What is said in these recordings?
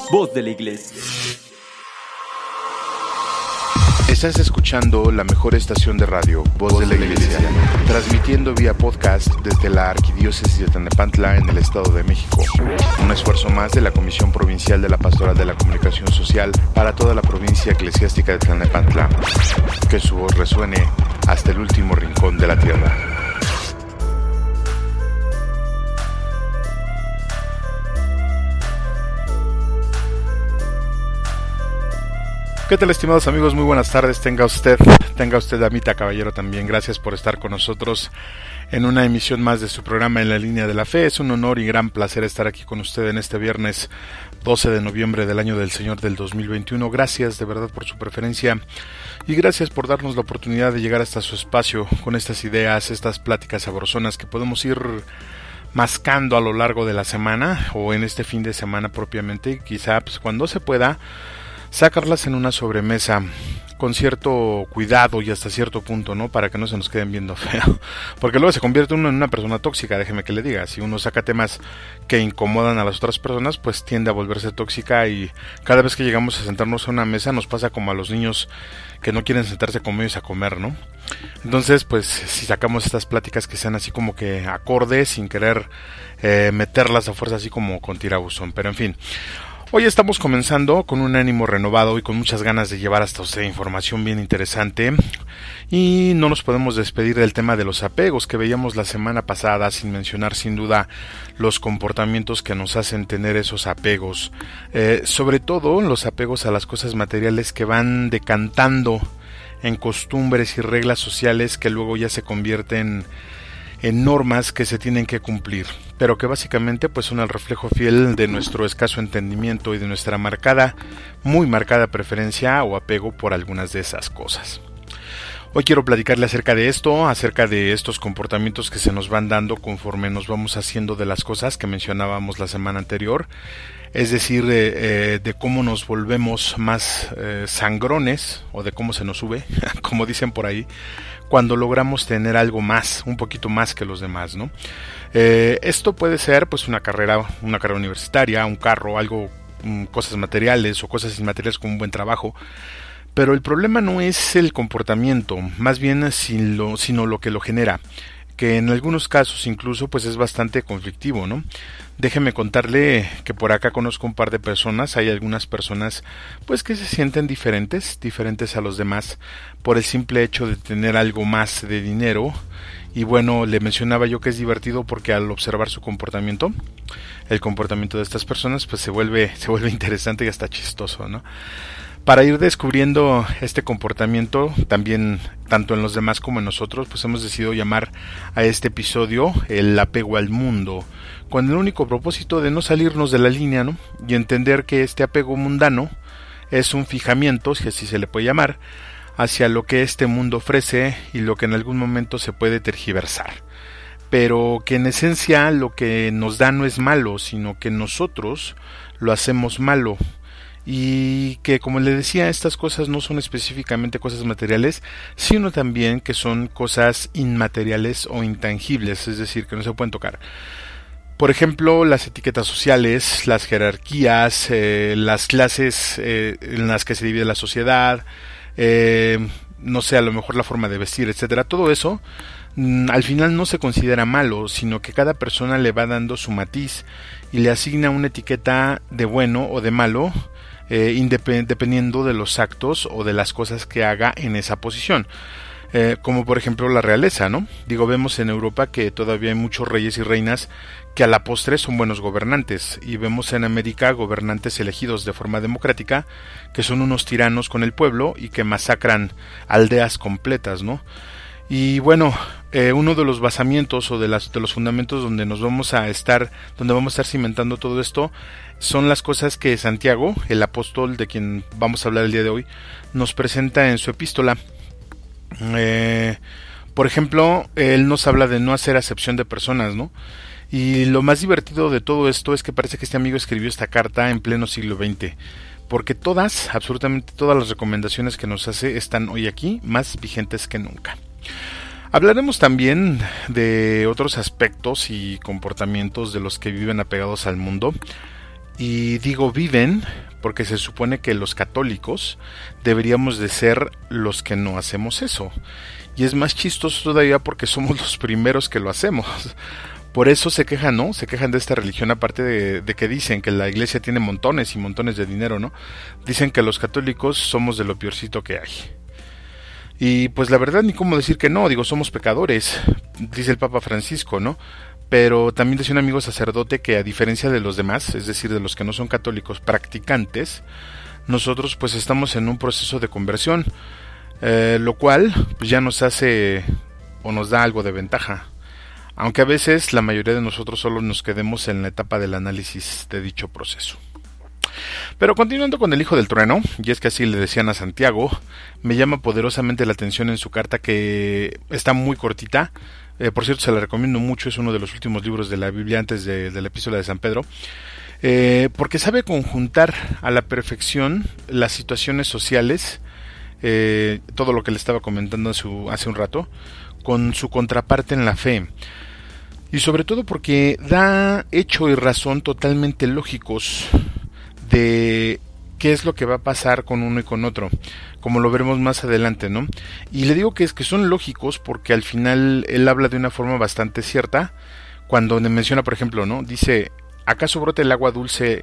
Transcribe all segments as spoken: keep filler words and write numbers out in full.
Voz de la Iglesia. Estás escuchando la mejor estación de radio, Voz de la Iglesia, transmitiendo vía podcast desde la Arquidiócesis de Tlalnepantla en el Estado de México. Un esfuerzo más de la Comisión Provincial de la Pastoral de la Comunicación Social para toda la provincia eclesiástica de Tlalnepantla. Que su voz resuene hasta el último rincón de la tierra. ¿Qué tal, estimados amigos? Muy buenas tardes. Tenga usted, tenga usted, damita, caballero, también. Gracias por estar con nosotros en una emisión más de su programa En la Línea de la Fe. Es un honor y gran placer estar aquí con usted en este viernes doce de noviembre del año del Señor del dos mil veintiuno. Gracias de verdad por su preferencia y gracias por darnos la oportunidad de llegar hasta su espacio con estas ideas, estas pláticas sabrosonas que podemos ir mascando a lo largo de la semana o en este fin de semana propiamente. Quizá pues, cuando se pueda sacarlas en una sobremesa con cierto cuidado y hasta cierto punto, ¿no? Para que no se nos queden viendo feo. Porque luego se convierte uno en una persona tóxica, déjeme que le diga. Si uno saca temas que incomodan a las otras personas, pues tiende a volverse tóxica y cada vez que llegamos a sentarnos a una mesa nos pasa como a los niños que no quieren sentarse con ellos a comer, ¿no? Entonces, pues si sacamos estas pláticas que sean así como que acordes, sin querer eh, meterlas a fuerza así como con tirabuzón, pero en fin. Hoy estamos comenzando con un ánimo renovado y con muchas ganas de llevar hasta usted información bien interesante y no nos podemos despedir del tema de los apegos que veíamos la semana pasada, sin mencionar sin duda los comportamientos que nos hacen tener esos apegos, eh, sobre todo los apegos a las cosas materiales que van decantando en costumbres y reglas sociales que luego ya se convierten en normas que se tienen que cumplir, pero que básicamente pues son el reflejo fiel de nuestro escaso entendimiento y de nuestra marcada, muy marcada preferencia o apego por algunas de esas cosas. Hoy quiero platicarle acerca de esto, acerca de estos comportamientos que se nos van dando conforme nos vamos haciendo de las cosas que mencionábamos la semana anterior, es decir, eh, eh, de cómo nos volvemos más eh, sangrones o de cómo se nos sube, como dicen por ahí, cuando logramos tener algo más, un poquito más que los demás, ¿no? Eh, esto puede ser pues una carrera, una carrera universitaria, un carro, algo, um, cosas materiales o cosas inmateriales como un buen trabajo. Pero el problema no es el comportamiento, más bien sino, sino lo que lo genera, que en algunos casos incluso pues es bastante conflictivo, ¿no? Déjeme contarle que por acá conozco un par de personas, hay algunas personas pues que se sienten diferentes, diferentes a los demás por el simple hecho de tener algo más de dinero. Y bueno, le mencionaba yo que es divertido porque al observar su comportamiento, el comportamiento de estas personas pues se vuelve, se vuelve interesante y hasta chistoso, ¿no? Para ir descubriendo este comportamiento, también tanto en los demás como en nosotros, pues hemos decidido llamar a este episodio el apego al mundo, con el único propósito de no salirnos de la línea, ¿no? Y entender que este apego mundano es un fijamiento, si así se le puede llamar, hacia lo que este mundo ofrece y lo que en algún momento se puede tergiversar. Pero que en esencia lo que nos da no es malo, sino que nosotros lo hacemos malo. Y que, como le decía, estas cosas no son específicamente cosas materiales, sino también que son cosas inmateriales o intangibles, es decir, que no se pueden tocar. Por ejemplo, las etiquetas sociales, las jerarquías, eh, las clases eh, en las que se divide la sociedad, eh, no sé, a lo mejor la forma de vestir, etcétera. Todo eso mmm, al final no se considera malo, sino que cada persona le va dando su matiz y le asigna una etiqueta de bueno o de malo, Eh, independ- dependiendo de los actos o de las cosas que haga en esa posición, eh, como por ejemplo la realeza, ¿no? Digo, vemos en Europa que todavía hay muchos reyes y reinas que a la postre son buenos gobernantes, y vemos en América gobernantes elegidos de forma democrática que son unos tiranos con el pueblo y que masacran aldeas completas, ¿no? Y bueno, eh, uno de los basamientos o de, las, de los fundamentos donde nos vamos a estar, donde vamos a estar cimentando todo esto, son las cosas que Santiago, el apóstol de quien vamos a hablar el día de hoy, nos presenta en su epístola. Eh, por ejemplo, él nos habla de no hacer acepción de personas, ¿no? Y lo más divertido de todo esto es que parece que este amigo escribió esta carta en pleno siglo veinte. Porque todas, absolutamente todas las recomendaciones que nos hace están hoy aquí más vigentes que nunca. Hablaremos también de otros aspectos y comportamientos de los que viven apegados al mundo, Y digo viven porque se supone que los católicos deberíamos de ser los que no hacemos eso. Y es más chistoso todavía porque somos los primeros que lo hacemos. Por eso se quejan, ¿no? Se quejan de esta religión, aparte de, de que dicen que la iglesia tiene montones y montones de dinero, ¿no? Dicen que los católicos somos de lo peorcito que hay. Y pues la verdad ni cómo decir que no, digo, somos pecadores, dice el Papa Francisco, ¿no? Pero también decía un amigo sacerdote que a diferencia de los demás, es decir, de los que no son católicos practicantes, nosotros pues estamos en un proceso de conversión, eh, lo cual pues ya nos hace o nos da algo de ventaja, aunque a veces la mayoría de nosotros solo nos quedemos en la etapa del análisis de dicho proceso. Pero continuando con el Hijo del Trueno, y es que así le decían a Santiago, me llama poderosamente la atención en su carta que está muy cortita. Eh, por cierto, se la recomiendo mucho, es uno de los últimos libros de la Biblia antes de, de la Epístola de San Pedro, eh, porque sabe conjuntar a la perfección las situaciones sociales, eh, todo lo que le estaba comentando su, hace un rato, con su contraparte en la fe. Y sobre todo porque da hecho y razón totalmente lógicos de qué es lo que va a pasar con uno y con otro, como lo veremos más adelante, ¿no? Y le digo que es que son lógicos porque al final él habla de una forma bastante cierta, cuando menciona, por ejemplo, ¿no? Dice, ¿acaso brota el agua dulce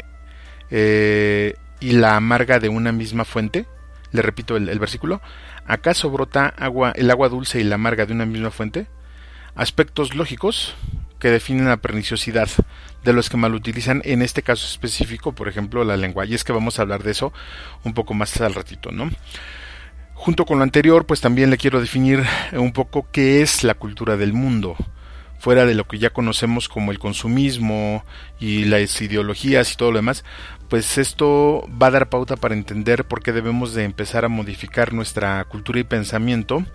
eh, y la amarga de una misma fuente? Le repito el, el versículo, ¿acaso brota agua, el agua dulce y la amarga de una misma fuente? Aspectos lógicos que definen la perniciosidad de los que malutilizan, en este caso específico, por ejemplo, la lengua. Y es que vamos a hablar de eso un poco más al ratito, ¿no? Junto con lo anterior, pues también le quiero definir un poco qué es la cultura del mundo, fuera de lo que ya conocemos como el consumismo y las ideologías y todo lo demás. Pues esto va a dar pauta para entender por qué debemos de empezar a modificar nuestra cultura y pensamiento,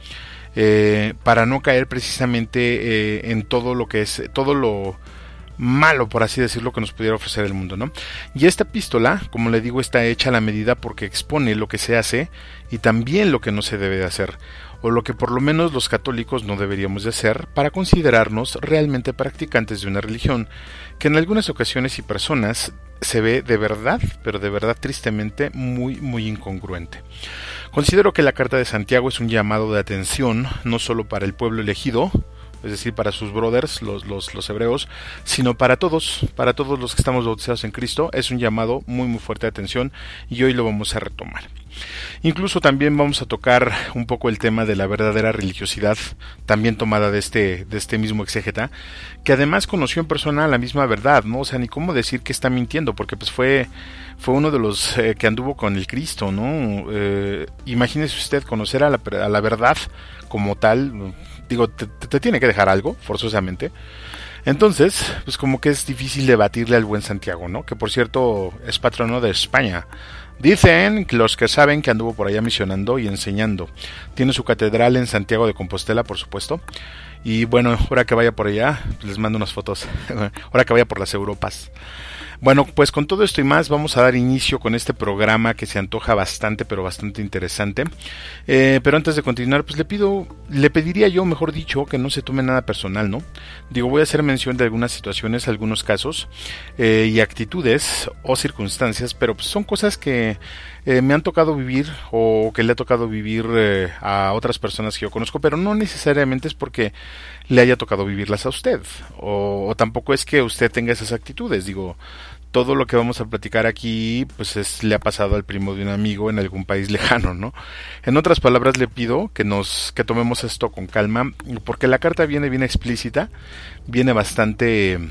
eh, para no caer precisamente eh, en todo lo que es, todo lo malo, por así decirlo, que nos pudiera ofrecer el mundo, ¿no? Y esta epístola, como le digo, está hecha a la medida porque expone lo que se hace y también lo que no se debe de hacer, o lo que por lo menos los católicos no deberíamos de hacer para considerarnos realmente practicantes de una religión que en algunas ocasiones y personas se ve de verdad, pero de verdad tristemente muy muy incongruente. Considero que la carta de Santiago es un llamado de atención no solo para el pueblo elegido, es decir, para sus brothers, los, los, los hebreos, sino para todos, para todos los que estamos bautizados en Cristo. Es un llamado muy muy fuerte de atención y hoy lo vamos a retomar. Incluso también vamos a tocar un poco el tema de la verdadera religiosidad, también tomada de este, de este mismo exégeta, que además conoció en persona la misma verdad, ¿no? O sea, ni cómo decir que está mintiendo, porque pues fue, fue uno de los eh, que anduvo con el Cristo, ¿no? Eh, imagínese usted conocer a la, a la verdad como tal, digo, te, te tiene que dejar algo, forzosamente. Entonces, pues como que es difícil debatirle al buen Santiago, ¿no? Que por cierto es patrono de España. Dicen los que saben que anduvo por allá misionando y enseñando. Tiene su catedral en Santiago de Compostela, por supuesto. Y bueno, ahora que vaya por allá, les mando unas fotos. Ahora que vaya por las Europas. Bueno, pues con todo esto y más vamos a dar inicio con este programa que se antoja bastante, pero bastante interesante. Eh, pero antes de continuar, pues le pido, le pediría yo, mejor dicho, que no se tome nada personal, ¿no? Digo, voy a hacer mención de algunas situaciones, algunos casos eh, y actitudes o circunstancias, pero pues son cosas que eh, me han tocado vivir o que le ha tocado vivir eh, a otras personas que yo conozco, pero no necesariamente es porque le haya tocado vivirlas a usted, o, o tampoco es que usted tenga esas actitudes. Digo, todo lo que vamos a platicar aquí pues es, le ha pasado al primo de un amigo en algún país lejano, ¿no? En otras palabras, le pido que nos que tomemos esto con calma, porque la carta viene bien explícita, viene bastante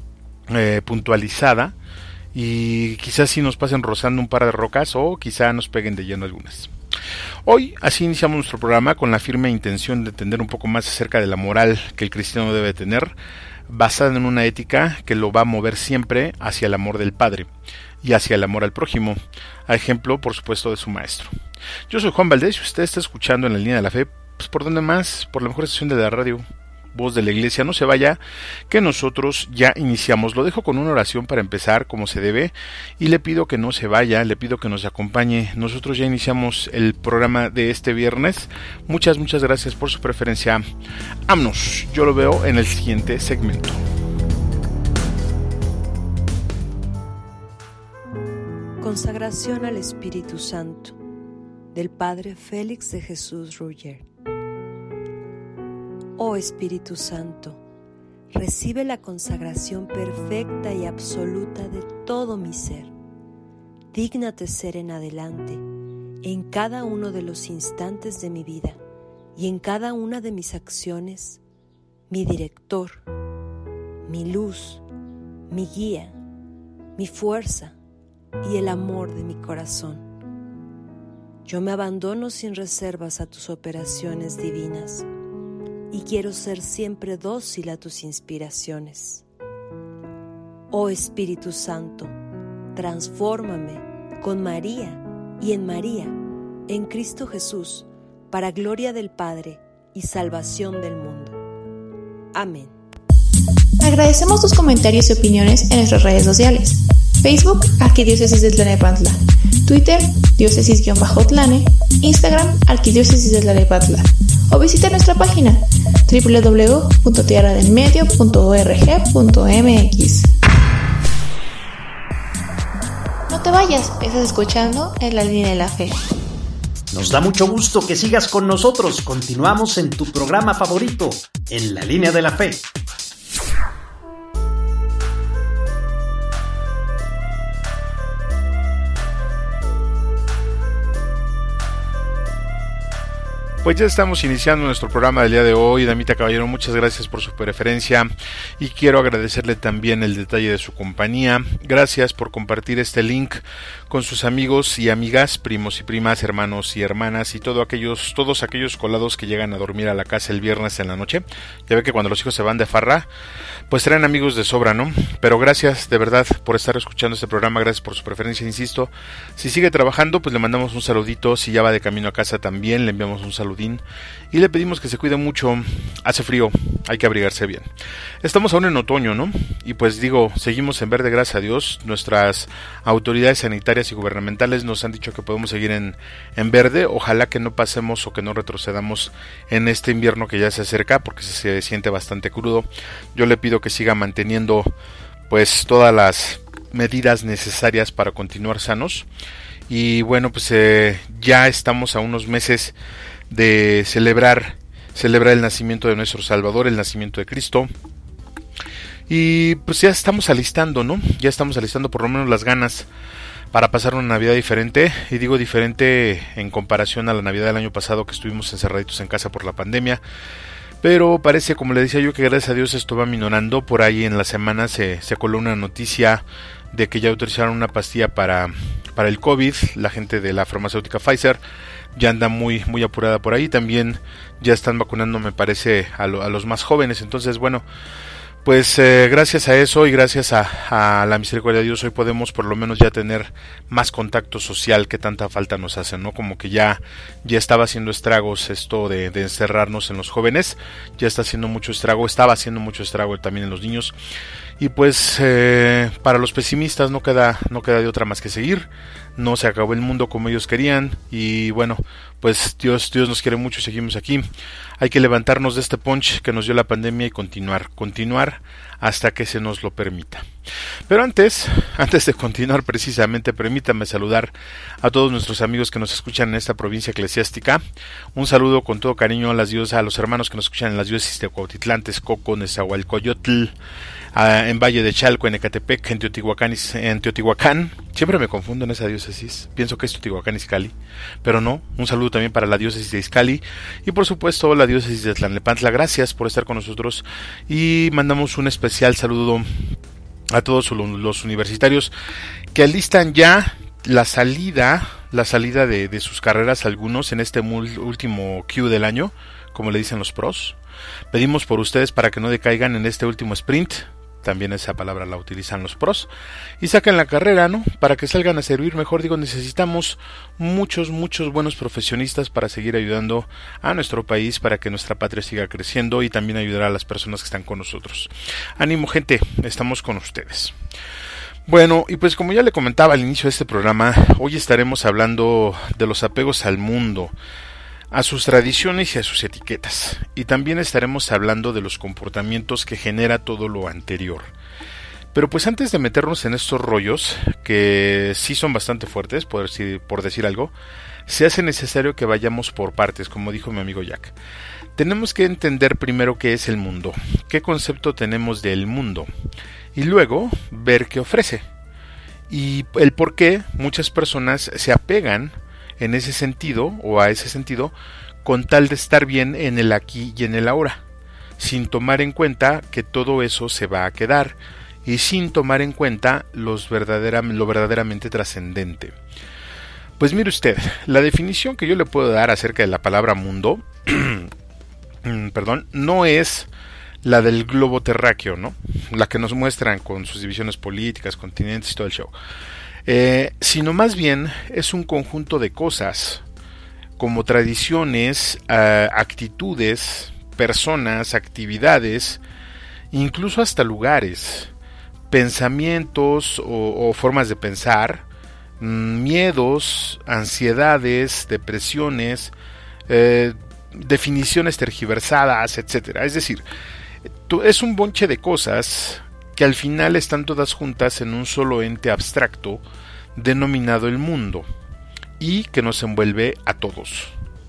eh, puntualizada, y quizás sí nos pasen rozando un par de rocas o quizá nos peguen de lleno algunas. Hoy así iniciamos nuestro programa con la firme intención de entender un poco más acerca de la moral que el cristiano debe tener, basada en una ética que lo va a mover siempre hacia el amor del Padre y hacia el amor al prójimo, a ejemplo, por supuesto, de su maestro. Yo soy Juan Valdés y usted está escuchando en la línea de la fe, pues por donde más, por la mejor estación de la radio, Voz de la Iglesia. No se vaya, que nosotros ya iniciamos. Lo dejo con una oración para empezar como se debe y le pido que no se vaya, le pido que nos acompañe. Nosotros ya iniciamos el programa de este viernes. Muchas, muchas gracias por su preferencia. Vámonos, yo lo veo en el siguiente segmento. Consagración al Espíritu Santo, del Padre Félix de Jesús Ruller. Oh Espíritu Santo, recibe la consagración perfecta y absoluta de todo mi ser. Dígnate ser en adelante, en cada uno de los instantes de mi vida y en cada una de mis acciones, mi director, mi luz, mi guía, mi fuerza y el amor de mi corazón. Yo me abandono sin reservas a tus operaciones divinas y quiero ser siempre dócil a tus inspiraciones. Oh Espíritu Santo, transfórmame con María y en María, en Cristo Jesús, para gloria del Padre y salvación del mundo. Amén. Agradecemos tus comentarios y opiniones en nuestras redes sociales. Facebook, Arquidiócesis de Tlalnepantla. Twitter, diócesis-tlane. Instagram, Arquidiócesis de Tlalnepantla. O visita nuestra página doble u doble u doble u punto tierra del medio punto org punto m x. No te vayas, estás escuchando En la Línea de la Fe. Nos da mucho gusto que sigas con nosotros. Continuamos en tu programa favorito, En la Línea de la Fe. Pues ya estamos iniciando nuestro programa del día de hoy. Damita Caballero, muchas gracias por su preferencia y quiero agradecerle también el detalle de su compañía. Gracias por compartir este link con sus amigos y amigas, primos y primas, hermanos y hermanas y todo aquellos, todos aquellos colados que llegan a dormir a la casa el viernes en la noche. Ya ve que cuando los hijos se van de farra, pues traen amigos de sobra, ¿no? Pero gracias de verdad por estar escuchando este programa, gracias por su preferencia, insisto. Si sigue trabajando, pues le mandamos un saludito. Si ya va de camino a casa también, le enviamos un saludo. Y le pedimos que se cuide mucho. Hace frío, hay que abrigarse bien. Estamos aún en otoño, ¿no? Y pues digo, seguimos en verde, gracias a Dios. Nuestras autoridades sanitarias y gubernamentales nos han dicho que podemos seguir en, en verde. Ojalá que no pasemos o que no retrocedamos en este invierno que ya se acerca, porque se siente bastante crudo. Yo le pido que siga manteniendo pues todas las medidas necesarias para continuar sanos. Y bueno, pues eh, ya estamos a unos meses de celebrar celebrar el nacimiento de nuestro Salvador, el nacimiento de Cristo. Y pues ya estamos alistando, ¿no? Ya estamos alistando por lo menos las ganas para pasar una Navidad diferente. Y digo diferente en comparación a la Navidad del año pasado, que estuvimos encerraditos en casa por la pandemia. Pero parece, como le decía yo, que gracias a Dios esto va minorando. Por ahí en la semana se, se coló una noticia de que ya autorizaron una pastilla para, para el COVID. La gente de la farmacéutica Pfizer ya anda muy, muy apurada por ahí. También ya están vacunando, me parece, a, lo, a los más jóvenes. Entonces, bueno, pues eh, gracias a eso y gracias a, a la misericordia de Dios, hoy podemos por lo menos ya tener más contacto social que tanta falta nos hace, ¿no? Como que ya, ya estaba haciendo estragos esto de, de encerrarnos en los jóvenes. Ya está haciendo mucho estrago, estaba haciendo mucho estrago también en los niños. Y pues eh, para los pesimistas no queda, no queda de otra más que seguir. No se acabó el mundo como ellos querían. Y bueno, pues Dios, Dios nos quiere mucho y seguimos aquí. Hay que levantarnos de este punch que nos dio la pandemia y continuar, continuar hasta que se nos lo permita. Pero antes, antes de continuar precisamente, permítanme saludar a todos nuestros amigos que nos escuchan en esta provincia eclesiástica. Un saludo con todo cariño a las diosas, a los hermanos que nos escuchan en las diócesis de Cuautitlán, Texcoco, Nezahualcóyotl, en Valle de Chalco, en Ecatepec, en Teotihuacán, en Teotihuacán. Siempre me confundo en esa diócesis, pienso que es Teotihuacán Izcalli, pero no. Un saludo también para la diócesis de Izcalli y por supuesto la diócesis de Tlalnepantla. Gracias por estar con nosotros y mandamos un especial saludo a todos los universitarios que alistan ya la salida, la salida de, de sus carreras, algunos en este último Q del año, como le dicen los pros. Pedimos por ustedes para que no decaigan en este último sprint. También esa palabra la utilizan los pros. Y saquen la carrera, ¿no? Para que salgan a servir. Mejor digo, necesitamos muchos, muchos buenos profesionistas para seguir ayudando a nuestro país, para que nuestra patria siga creciendo y también ayudar a las personas que están con nosotros. Ánimo, gente, estamos con ustedes. Bueno, y pues como ya le comentaba al inicio de este programa, hoy estaremos hablando de los apegos al mundo, a sus tradiciones y a sus etiquetas. Y también estaremos hablando de los comportamientos que genera todo lo anterior. Pero pues antes de meternos en estos rollos, que sí son bastante fuertes, por decir, por decir algo, se hace necesario que vayamos por partes, como dijo mi amigo Jack. Tenemos que entender primero qué es el mundo, qué concepto tenemos del mundo, y luego ver qué ofrece. Y el por qué muchas personas se apegan en ese sentido, o a ese sentido, con tal de estar bien en el aquí y en el ahora, sin tomar en cuenta que todo eso se va a quedar, y sin tomar en cuenta los verdadera, lo verdaderamente trascendente. Pues mire usted, la definición que yo le puedo dar acerca de la palabra mundo, perdón, no es la del globo terráqueo, ¿no? La que nos muestran con sus divisiones políticas, continentes y todo el show. Eh, sino más bien es un conjunto de cosas, como tradiciones, uh, actitudes, personas, actividades, incluso hasta lugares, pensamientos o, o formas de pensar, miedos, ansiedades, depresiones, eh, definiciones tergiversadas, etcétera. Es decir, es un bonche de cosas que al final están todas juntas en un solo ente abstracto denominado el mundo y que nos envuelve a todos.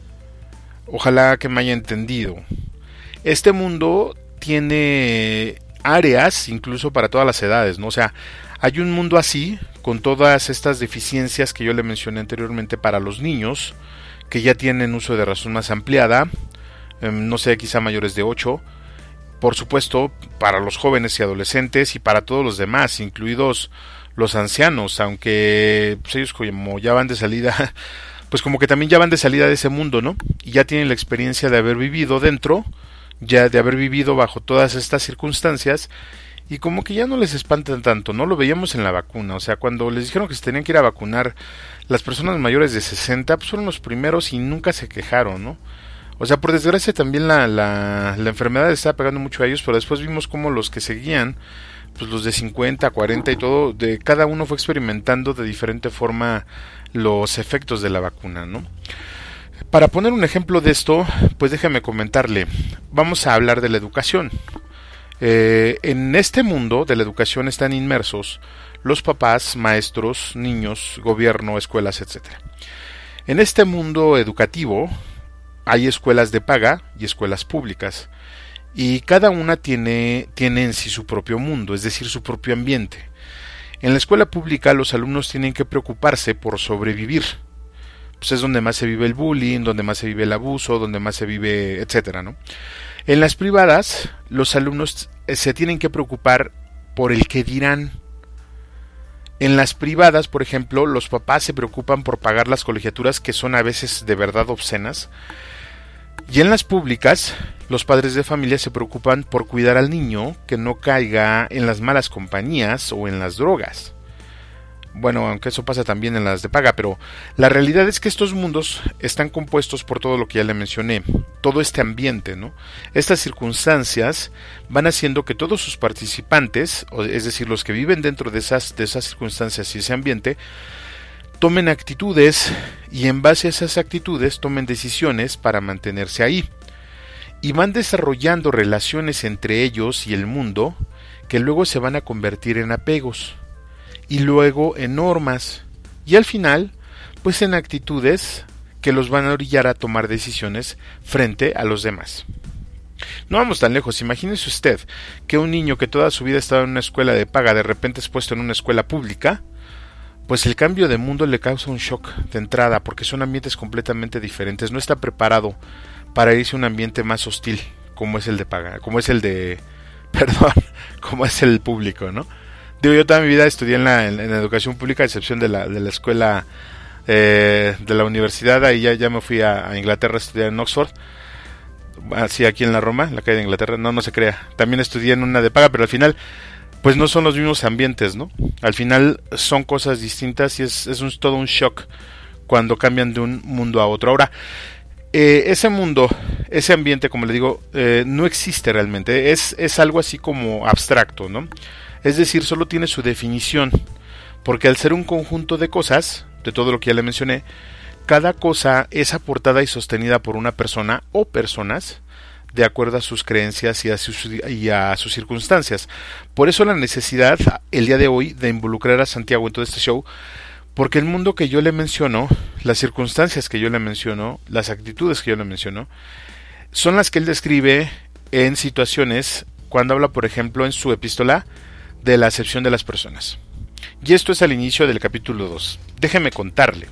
Ojalá que me haya entendido. Este mundo tiene áreas incluso para todas las edades, ¿no? O sea, hay un mundo así, con todas estas deficiencias que yo le mencioné anteriormente para los niños, que ya tienen uso de razón más ampliada, eh, no sé, quizá mayores de ocho, por supuesto, para los jóvenes y adolescentes y para todos los demás, incluidos los ancianos, aunque pues, ellos como ya van de salida, pues como que también ya van de salida de ese mundo, ¿no? Y ya tienen la experiencia de haber vivido dentro, ya de haber vivido bajo todas estas circunstancias, y como que ya no les espantan tanto, ¿no? Lo veíamos en la vacuna, o sea, cuando les dijeron que se tenían que ir a vacunar, las personas mayores de sesenta, pues fueron los primeros y nunca se quejaron, ¿no? O sea, por desgracia también la, la, la enfermedad estaba pegando mucho a ellos, pero después vimos como los que seguían, pues los de cincuenta, cuarenta y todo, de cada uno fue experimentando de diferente forma los efectos de la vacuna, ¿no? Para poner un ejemplo de esto, pues déjeme comentarle, vamos a hablar de la educación. Eh, en este mundo de la educación están inmersos los papás, maestros, niños, gobierno, escuelas, etcétera. En este mundo educativo hay escuelas de paga y escuelas públicas, y cada una tiene, tiene en sí su propio mundo, es decir, su propio ambiente. En la escuela pública los alumnos tienen que preocuparse por sobrevivir, pues es donde más se vive el bullying, donde más se vive el abuso, donde más se vive, etcétera, ¿no? En las privadas, los alumnos se tienen que preocupar por el que dirán. En las privadas, por ejemplo, los papás se preocupan por pagar las colegiaturas, que son a veces de verdad obscenas. Y en las públicas, los padres de familia se preocupan por cuidar al niño que no caiga en las malas compañías o en las drogas. Bueno, aunque eso pasa también en las de paga, pero la realidad es que estos mundos están compuestos por todo lo que ya le mencioné, todo este ambiente, ¿no? Estas circunstancias van haciendo que todos sus participantes, es decir, los que viven dentro de esas, de esas circunstancias y ese ambiente, tomen actitudes y en base a esas actitudes tomen decisiones para mantenerse ahí. Y van desarrollando relaciones entre ellos y el mundo que luego se van a convertir en apegos. Y luego en normas, y al final, pues en actitudes que los van a orillar a tomar decisiones frente a los demás. No vamos tan lejos, imagínese usted que un niño que toda su vida estaba en una escuela de paga, de repente es puesto en una escuela pública, pues el cambio de mundo le causa un shock de entrada, porque son ambientes completamente diferentes, no está preparado para irse a un ambiente más hostil, como es el de paga, como es el de, perdón, como es el público, ¿no? Digo, yo toda mi vida estudié en la, en, en la educación pública, a excepción de la, de la escuela eh, de la universidad. Ahí ya, ya me fui a, a Inglaterra a estudiar en Oxford, así aquí en la Roma, en la calle de Inglaterra. No, no se crea, también estudié en una de paga, pero al final pues no son los mismos ambientes, ¿no? Al final son cosas distintas y es, es un, todo un shock cuando cambian de un mundo a otro. Ahora, eh, ese mundo, ese ambiente, como le digo, eh, no existe realmente, es, es algo así como abstracto, ¿no? Es decir, solo tiene su definición, porque al ser un conjunto de cosas, de todo lo que ya le mencioné, cada cosa es aportada y sostenida por una persona o personas de acuerdo a sus creencias y a sus, y a sus circunstancias. Por eso la necesidad el día de hoy de involucrar a Santiago en todo este show, porque el mundo que yo le menciono, las circunstancias que yo le menciono, las actitudes que yo le menciono, son las que él describe en situaciones cuando habla, por ejemplo, en su epístola de la acepción de las personas. Y esto es al inicio del capítulo dos. Déjeme contarle.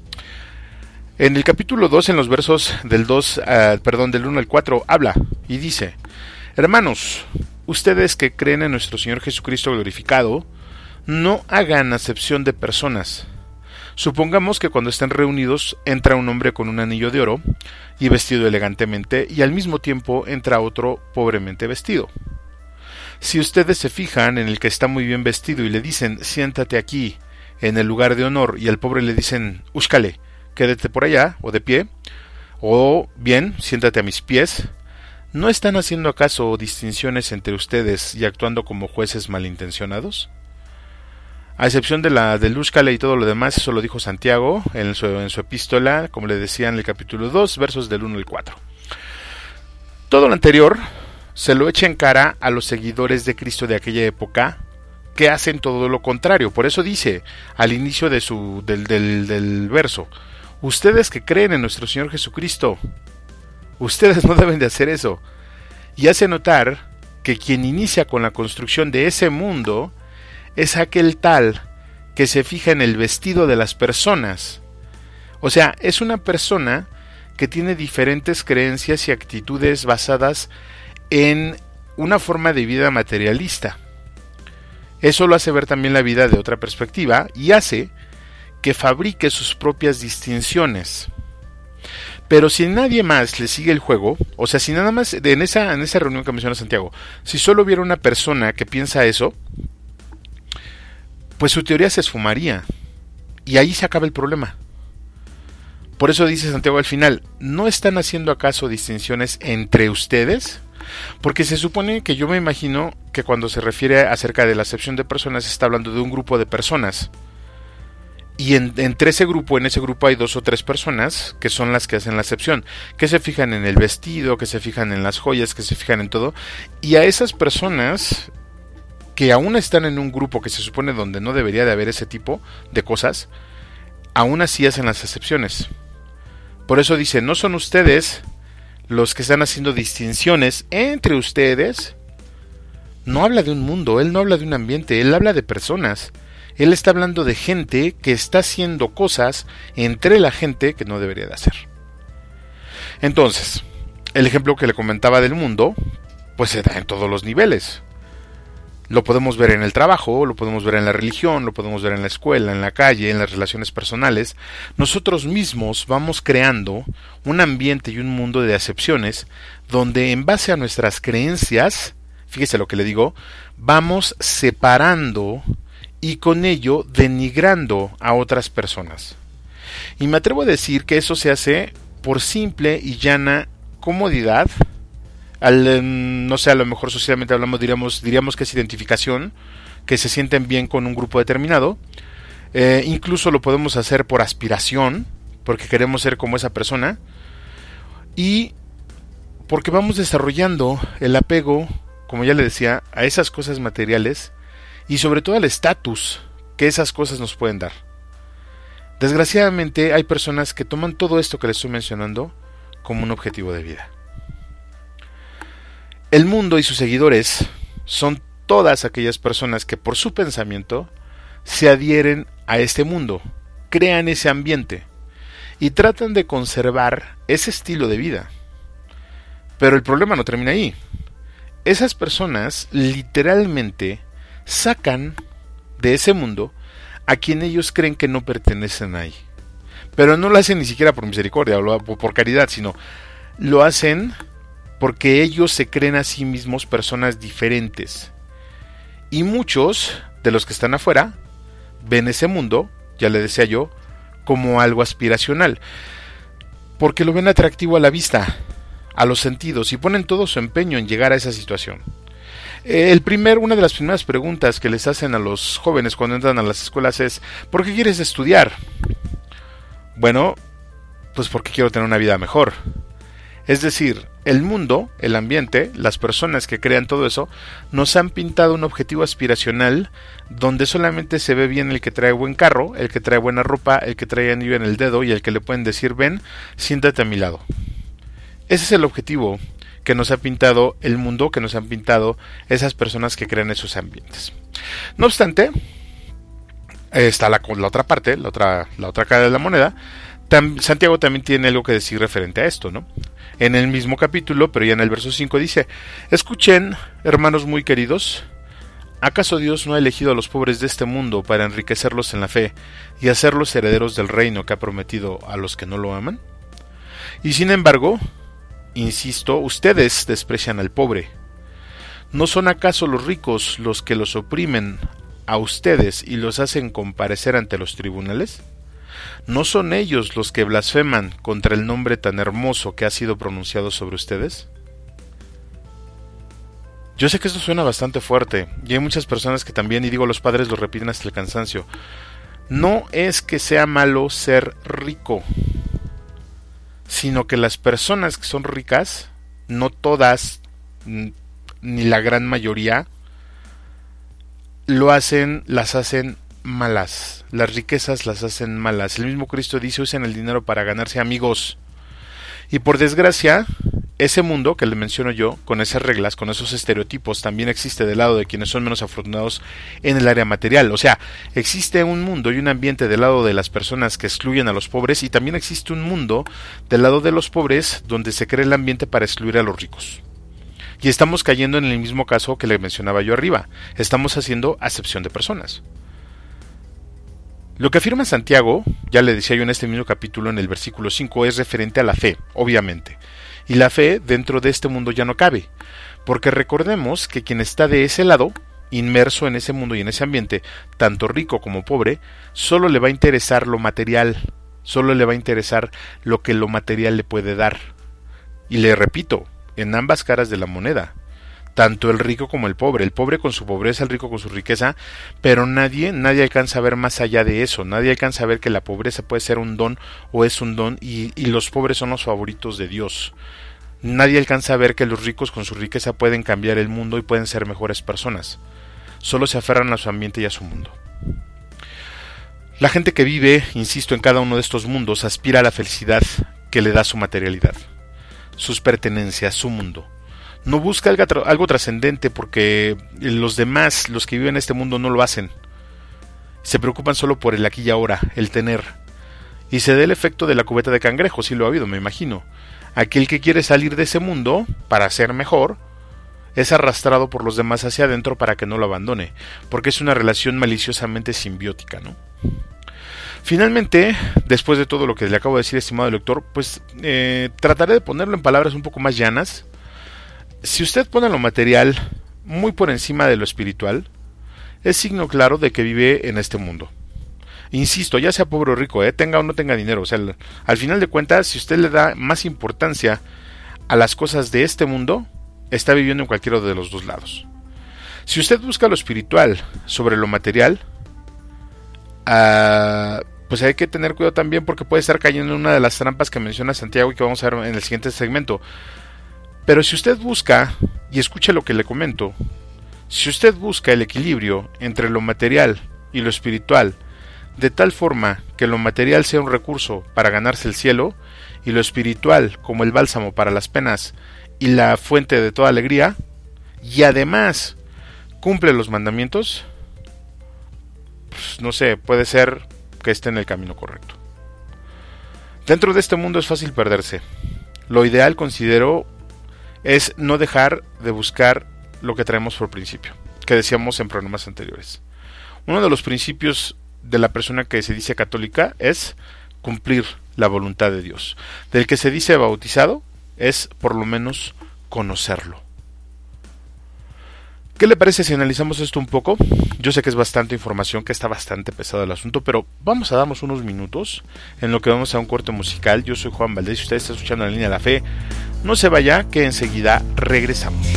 En el capítulo dos, en los versos del dos, uh, perdón, del uno al cuatro, habla y dice: hermanos, ustedes que creen en nuestro Señor Jesucristo glorificado, no hagan acepción de personas. Supongamos que cuando estén reunidos entra un hombre con un anillo de oro y vestido elegantemente, y al mismo tiempo entra otro pobremente vestido. Si ustedes se fijan en el que está muy bien vestido y le dicen siéntate aquí en el lugar de honor, y al pobre le dicen úscale, quédate por allá, o de pie, o bien, siéntate a mis pies, ¿no están haciendo acaso distinciones entre ustedes y actuando como jueces malintencionados? A excepción de la del úscale y todo lo demás, eso lo dijo Santiago en su, en su epístola, como le decía en el capítulo dos, versos del uno al cuatro. Todo lo anterior se lo echa en cara a los seguidores de Cristo de aquella época, que hacen todo lo contrario. Por eso dice al inicio de su, del, del, del verso: ustedes que creen en nuestro Señor Jesucristo, ustedes no deben de hacer eso. Y hace notar que quien inicia con la construcción de ese mundo es aquel tal que se fija en el vestido de las personas. O sea, es una persona que tiene diferentes creencias y actitudes basadas en una forma de vida materialista. Eso lo hace ver también la vida de otra perspectiva y hace que fabrique sus propias distinciones. Pero si nadie más le sigue el juego, o sea, si nada más en esa, en esa reunión que menciona Santiago, si solo hubiera una persona que piensa eso, pues su teoría se esfumaría y ahí se acaba el problema. Por eso dice Santiago al final: ¿no están haciendo acaso distinciones entre ustedes? Porque se supone que yo me imagino que cuando se refiere acerca de la acepción de personas está hablando de un grupo de personas. Y en, entre ese grupo, en ese grupo hay dos o tres personas que son las que hacen la acepción, que se fijan en el vestido, que se fijan en las joyas, que se fijan en todo. Y a esas personas que aún están en un grupo que se supone donde no debería de haber ese tipo de cosas, aún así hacen las excepciones. Por eso dice: no son ustedes los que están haciendo distinciones entre ustedes. No habla de un mundo, él no habla de un ambiente, él habla de personas. Él está hablando de gente que está haciendo cosas entre la gente que no debería de hacer. Entonces, el ejemplo que le comentaba del mundo, pues se da en todos los niveles. Lo podemos ver en el trabajo, lo podemos ver en la religión, lo podemos ver en la escuela, en la calle, en las relaciones personales. Nosotros mismos vamos creando un ambiente y un mundo de acepciones donde en base a nuestras creencias, fíjese lo que le digo, vamos separando y con ello denigrando a otras personas. Y me atrevo a decir que eso se hace por simple y llana comodidad. Al, no sé, a lo mejor socialmente hablamos, diríamos, diríamos que es identificación, que se sienten bien con un grupo determinado. Eh, incluso lo podemos hacer por aspiración, porque queremos ser como esa persona, y porque vamos desarrollando el apego, como ya le decía, a esas cosas materiales y sobre todo al estatus que esas cosas nos pueden dar. Desgraciadamente hay personas que toman todo esto que les estoy mencionando como un objetivo de vida. El mundo y sus seguidores son todas aquellas personas que por su pensamiento se adhieren a este mundo, crean ese ambiente y tratan de conservar ese estilo de vida. Pero el problema no termina ahí. Esas personas literalmente sacan de ese mundo a quien ellos creen que no pertenecen ahí. Pero no lo hacen ni siquiera por misericordia o por caridad, sino lo hacen porque ellos se creen a sí mismos personas diferentes. Y muchos de los que están afuera ven ese mundo, ya le decía yo, como algo aspiracional, porque lo ven atractivo a la vista, a los sentidos, y ponen todo su empeño en llegar a esa situación. El primer, una de las primeras preguntas que les hacen a los jóvenes cuando entran a las escuelas es: ¿por qué quieres estudiar? Bueno, pues porque quiero tener una vida mejor. Es decir, el mundo, el ambiente, las personas que crean todo eso, nos han pintado un objetivo aspiracional donde solamente se ve bien el que trae buen carro, el que trae buena ropa, el que trae anillo en el dedo y el que le pueden decir ven, siéntate a mi lado. Ese es el objetivo que nos ha pintado el mundo, que nos han pintado esas personas que crean esos ambientes. No obstante, está la, la otra parte, la otra, la otra cara de la moneda. Tam, Santiago también tiene algo que decir referente a esto, ¿no? En el mismo capítulo, pero ya en el verso cinco dice: escuchen, hermanos muy queridos, ¿acaso Dios no ha elegido a los pobres de este mundo para enriquecerlos en la fe y hacerlos herederos del reino que ha prometido a los que no lo aman? Y sin embargo, insisto, ustedes desprecian al pobre. ¿No son acaso los ricos los que los oprimen a ustedes y los hacen comparecer ante los tribunales? ¿No son ellos los que blasfeman contra el nombre tan hermoso que ha sido pronunciado sobre ustedes? Yo sé que esto suena bastante fuerte, y hay muchas personas que también, y digo los padres lo repiten hasta el cansancio. No es que sea malo ser rico, sino que las personas que son ricas, no todas, ni la gran mayoría, lo hacen, las hacen malas. Las riquezas las hacen malas. El mismo Cristo dice: usen el dinero para ganarse amigos. Y por desgracia, ese mundo que le menciono yo, con esas reglas, con esos estereotipos, también existe del lado de quienes son menos afortunados en el área material. O sea, existe un mundo y un ambiente del lado de las personas que excluyen a los pobres, y también existe un mundo del lado de los pobres donde se crea el ambiente para excluir a los ricos. Y estamos cayendo en el mismo caso que le mencionaba yo arriba. Estamos haciendo acepción de personas. Lo que afirma Santiago, ya le decía yo en este mismo capítulo, en el versículo cinco, es referente a la fe, obviamente. Y la fe dentro de este mundo ya no cabe, porque recordemos que quien está de ese lado, inmerso en ese mundo y en ese ambiente, tanto rico como pobre, solo le va a interesar lo material, solo le va a interesar lo que lo material le puede dar. Y le repito, en ambas caras de la moneda, tanto el rico como el pobre, el pobre con su pobreza, el rico con su riqueza, pero nadie, nadie alcanza a ver más allá de eso, nadie alcanza a ver que la pobreza puede ser un don o es un don y, y los pobres son los favoritos de Dios. Nadie alcanza a ver que los ricos con su riqueza pueden cambiar el mundo y pueden ser mejores personas. Solo se aferran a su ambiente y a su mundo. La gente que vive, insisto, en cada uno de estos mundos aspira a la felicidad que le da su materialidad, sus pertenencias, su mundo. No busca algo, algo trascendente porque los demás, los que viven en este mundo, no lo hacen. Se preocupan solo por el aquí y ahora, el tener. Y se da el efecto de la cubeta de cangrejo, sí lo ha habido, me imagino. Aquel que quiere salir de ese mundo para ser mejor es arrastrado por los demás hacia adentro para que no lo abandone, porque es una relación maliciosamente simbiótica, ¿no? Finalmente, después de todo lo que le acabo de decir, estimado lector, pues eh, trataré de ponerlo en palabras un poco más llanas. Si usted pone lo material muy por encima de lo espiritual, es signo claro de que vive en este mundo. Insisto, ya sea pobre o rico, ¿eh? tenga o no tenga dinero, o sea, al, al final de cuentas, si usted le da más importancia a las cosas de este mundo, está viviendo en cualquiera de los dos lados. Si usted busca lo espiritual sobre lo material, uh, pues hay que tener cuidado también porque puede estar cayendo en una de las trampas que menciona Santiago y que vamos a ver en el siguiente segmento. Pero si usted busca, y escuche lo que le comento, si usted busca el equilibrio entre lo material y lo espiritual, de tal forma que lo material sea un recurso para ganarse el cielo, y lo espiritual como el bálsamo para las penas y la fuente de toda alegría, y además cumple los mandamientos, pues no sé, puede ser que esté en el camino correcto. Dentro de este mundo es fácil perderse. Lo ideal, considero, es no dejar de buscar lo que traemos por principio, que decíamos en programas anteriores. Uno de los principios de la persona que se dice católica es cumplir la voluntad de Dios. Del que se dice bautizado es por lo menos conocerlo. ¿Qué le parece si analizamos esto un poco? Yo sé que es bastante información, que está bastante pesado el asunto, pero vamos a darnos unos minutos en lo que vamos a un corte musical. Yo soy Juan Valdés y usted está escuchando La Línea de la Fe. No se vaya, que enseguida regresamos.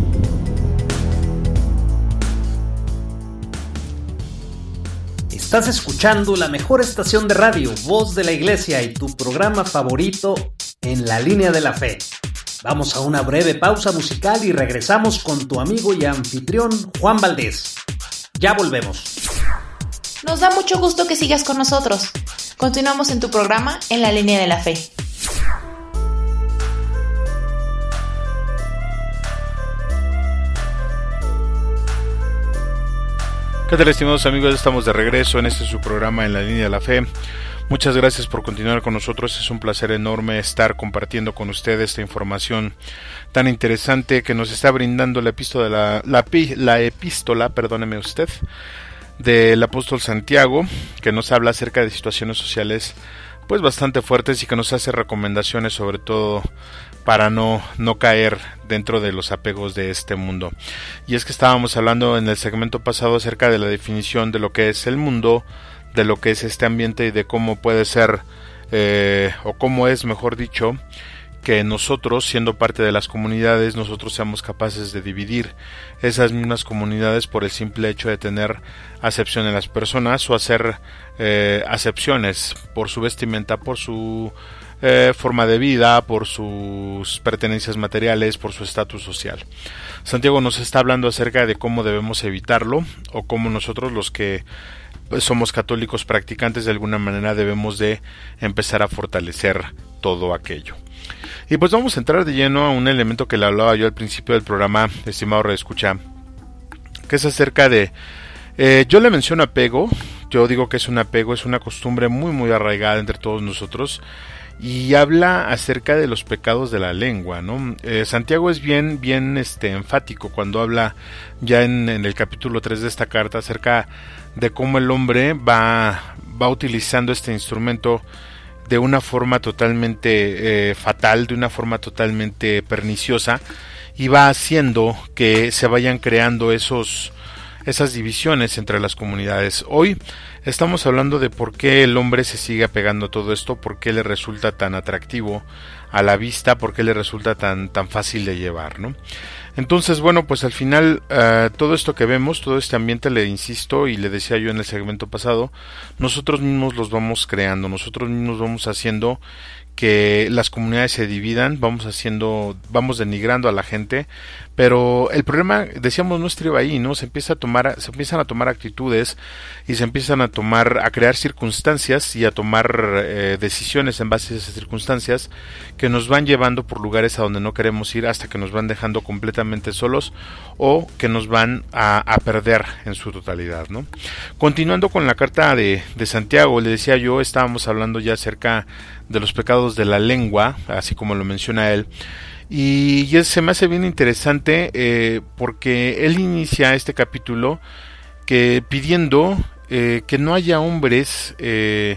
Estás escuchando la mejor estación de radio, Voz de la Iglesia, y tu programa favorito, En la Línea de la Fe. Vamos a una breve pausa musical y regresamos con tu amigo y anfitrión Juan Valdés. Ya volvemos. Nos da mucho gusto que sigas con nosotros. Continuamos en tu programa En la Línea de la Fe. ¿Qué tal, estimados amigos? Estamos de regreso en este su programa En la Línea de la Fe. Muchas gracias por continuar con nosotros. Es un placer enorme estar compartiendo con ustedes esta información tan interesante que nos está brindando la epístola, la, la, la epístola, perdóneme usted, del apóstol Santiago, que nos habla acerca de situaciones sociales pues bastante fuertes y que nos hace recomendaciones sobre todo para no, no caer dentro de los apegos de este mundo. Y es que estábamos hablando en el segmento pasado acerca de la definición de lo que es el mundo, de lo que es este ambiente y de cómo puede ser, eh, o cómo es, mejor dicho, que nosotros, siendo parte de las comunidades, nosotros seamos capaces de dividir esas mismas comunidades por el simple hecho de tener acepción en las personas o hacer eh, acepciones por su vestimenta, por su eh, forma de vida, por sus pertenencias materiales, por su estatus social. Santiago nos está hablando acerca de cómo debemos evitarlo o cómo nosotros, los que pues somos católicos practicantes, de alguna manera debemos de empezar a fortalecer todo aquello. Y pues vamos a entrar de lleno a un elemento que le hablaba yo al principio del programa, estimado redescucha, que es acerca de, eh, yo le menciono apego, yo digo que es un apego, es una costumbre muy muy arraigada entre todos nosotros, y habla acerca de los pecados de la lengua, ¿no? Eh, Santiago es bien, bien este, enfático cuando habla ya en, en el capítulo tres de esta carta acerca de cómo el hombre va, va utilizando este instrumento de una forma totalmente eh, fatal, de una forma totalmente perniciosa, y va haciendo que se vayan creando esos, esas divisiones entre las comunidades. Hoy estamos hablando de por qué el hombre se sigue apegando a todo esto, por qué le resulta tan atractivo a la vista, por qué le resulta tan, tan fácil de llevar, ¿no? Entonces, bueno, pues al final uh, todo esto que vemos, todo este ambiente, le insisto y le decía yo en el segmento pasado, nosotros mismos los vamos creando, nosotros mismos vamos haciendo que las comunidades se dividan, vamos haciendo, vamos denigrando a la gente, pero el problema, decíamos, no estriba ahí, ¿no? Se empieza a tomar, se empiezan a tomar actitudes y se empiezan a tomar, a crear circunstancias y a tomar eh, decisiones en base a esas circunstancias que nos van llevando por lugares a donde no queremos ir, hasta que nos van dejando completamente solos o que nos van a, a perder en su totalidad, ¿no? Continuando con la carta de, de Santiago, le decía yo, estábamos hablando ya acerca de los pecados de la lengua, así como lo menciona él, y, y se me hace bien interesante eh, porque él inicia este capítulo que pidiendo eh, que no haya hombres eh,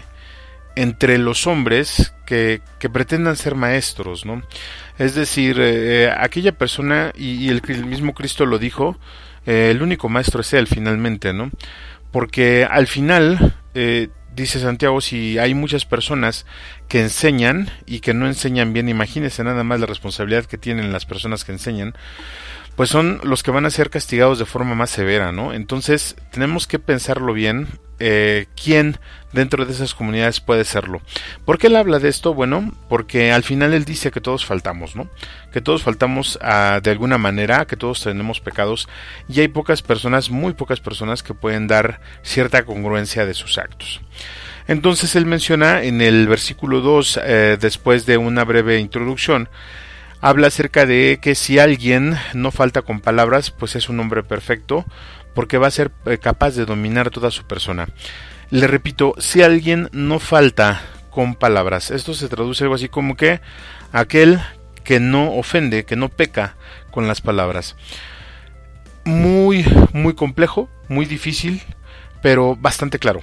entre los hombres que, que pretendan ser maestros, ¿no? Es decir, eh, aquella persona, y, y el, el mismo Cristo lo dijo, eh, el único maestro es él finalmente, ¿no? Porque al final, eh, dice Santiago, si hay muchas personas que enseñan y que no enseñan bien, imagínense nada más la responsabilidad que tienen las personas que enseñan, pues son los que van a ser castigados de forma más severa, ¿no? Entonces tenemos que pensarlo bien, eh, quién dentro de esas comunidades puede serlo. ¿Por qué él habla de esto? Bueno, porque al final él dice que todos faltamos, ¿no? Que todos faltamos uh, de alguna manera, que todos tenemos pecados, y hay pocas personas, muy pocas personas que pueden dar cierta congruencia de sus actos. Entonces él menciona en el versículo dos, eh, después de una breve introducción, habla acerca de que si alguien no falta con palabras, pues es un hombre perfecto, porque va a ser capaz de dominar toda su persona. Le repito, si alguien no falta con palabras, esto se traduce algo así como que aquel que no ofende, que no peca con las palabras. Muy, muy complejo, muy difícil, pero bastante claro.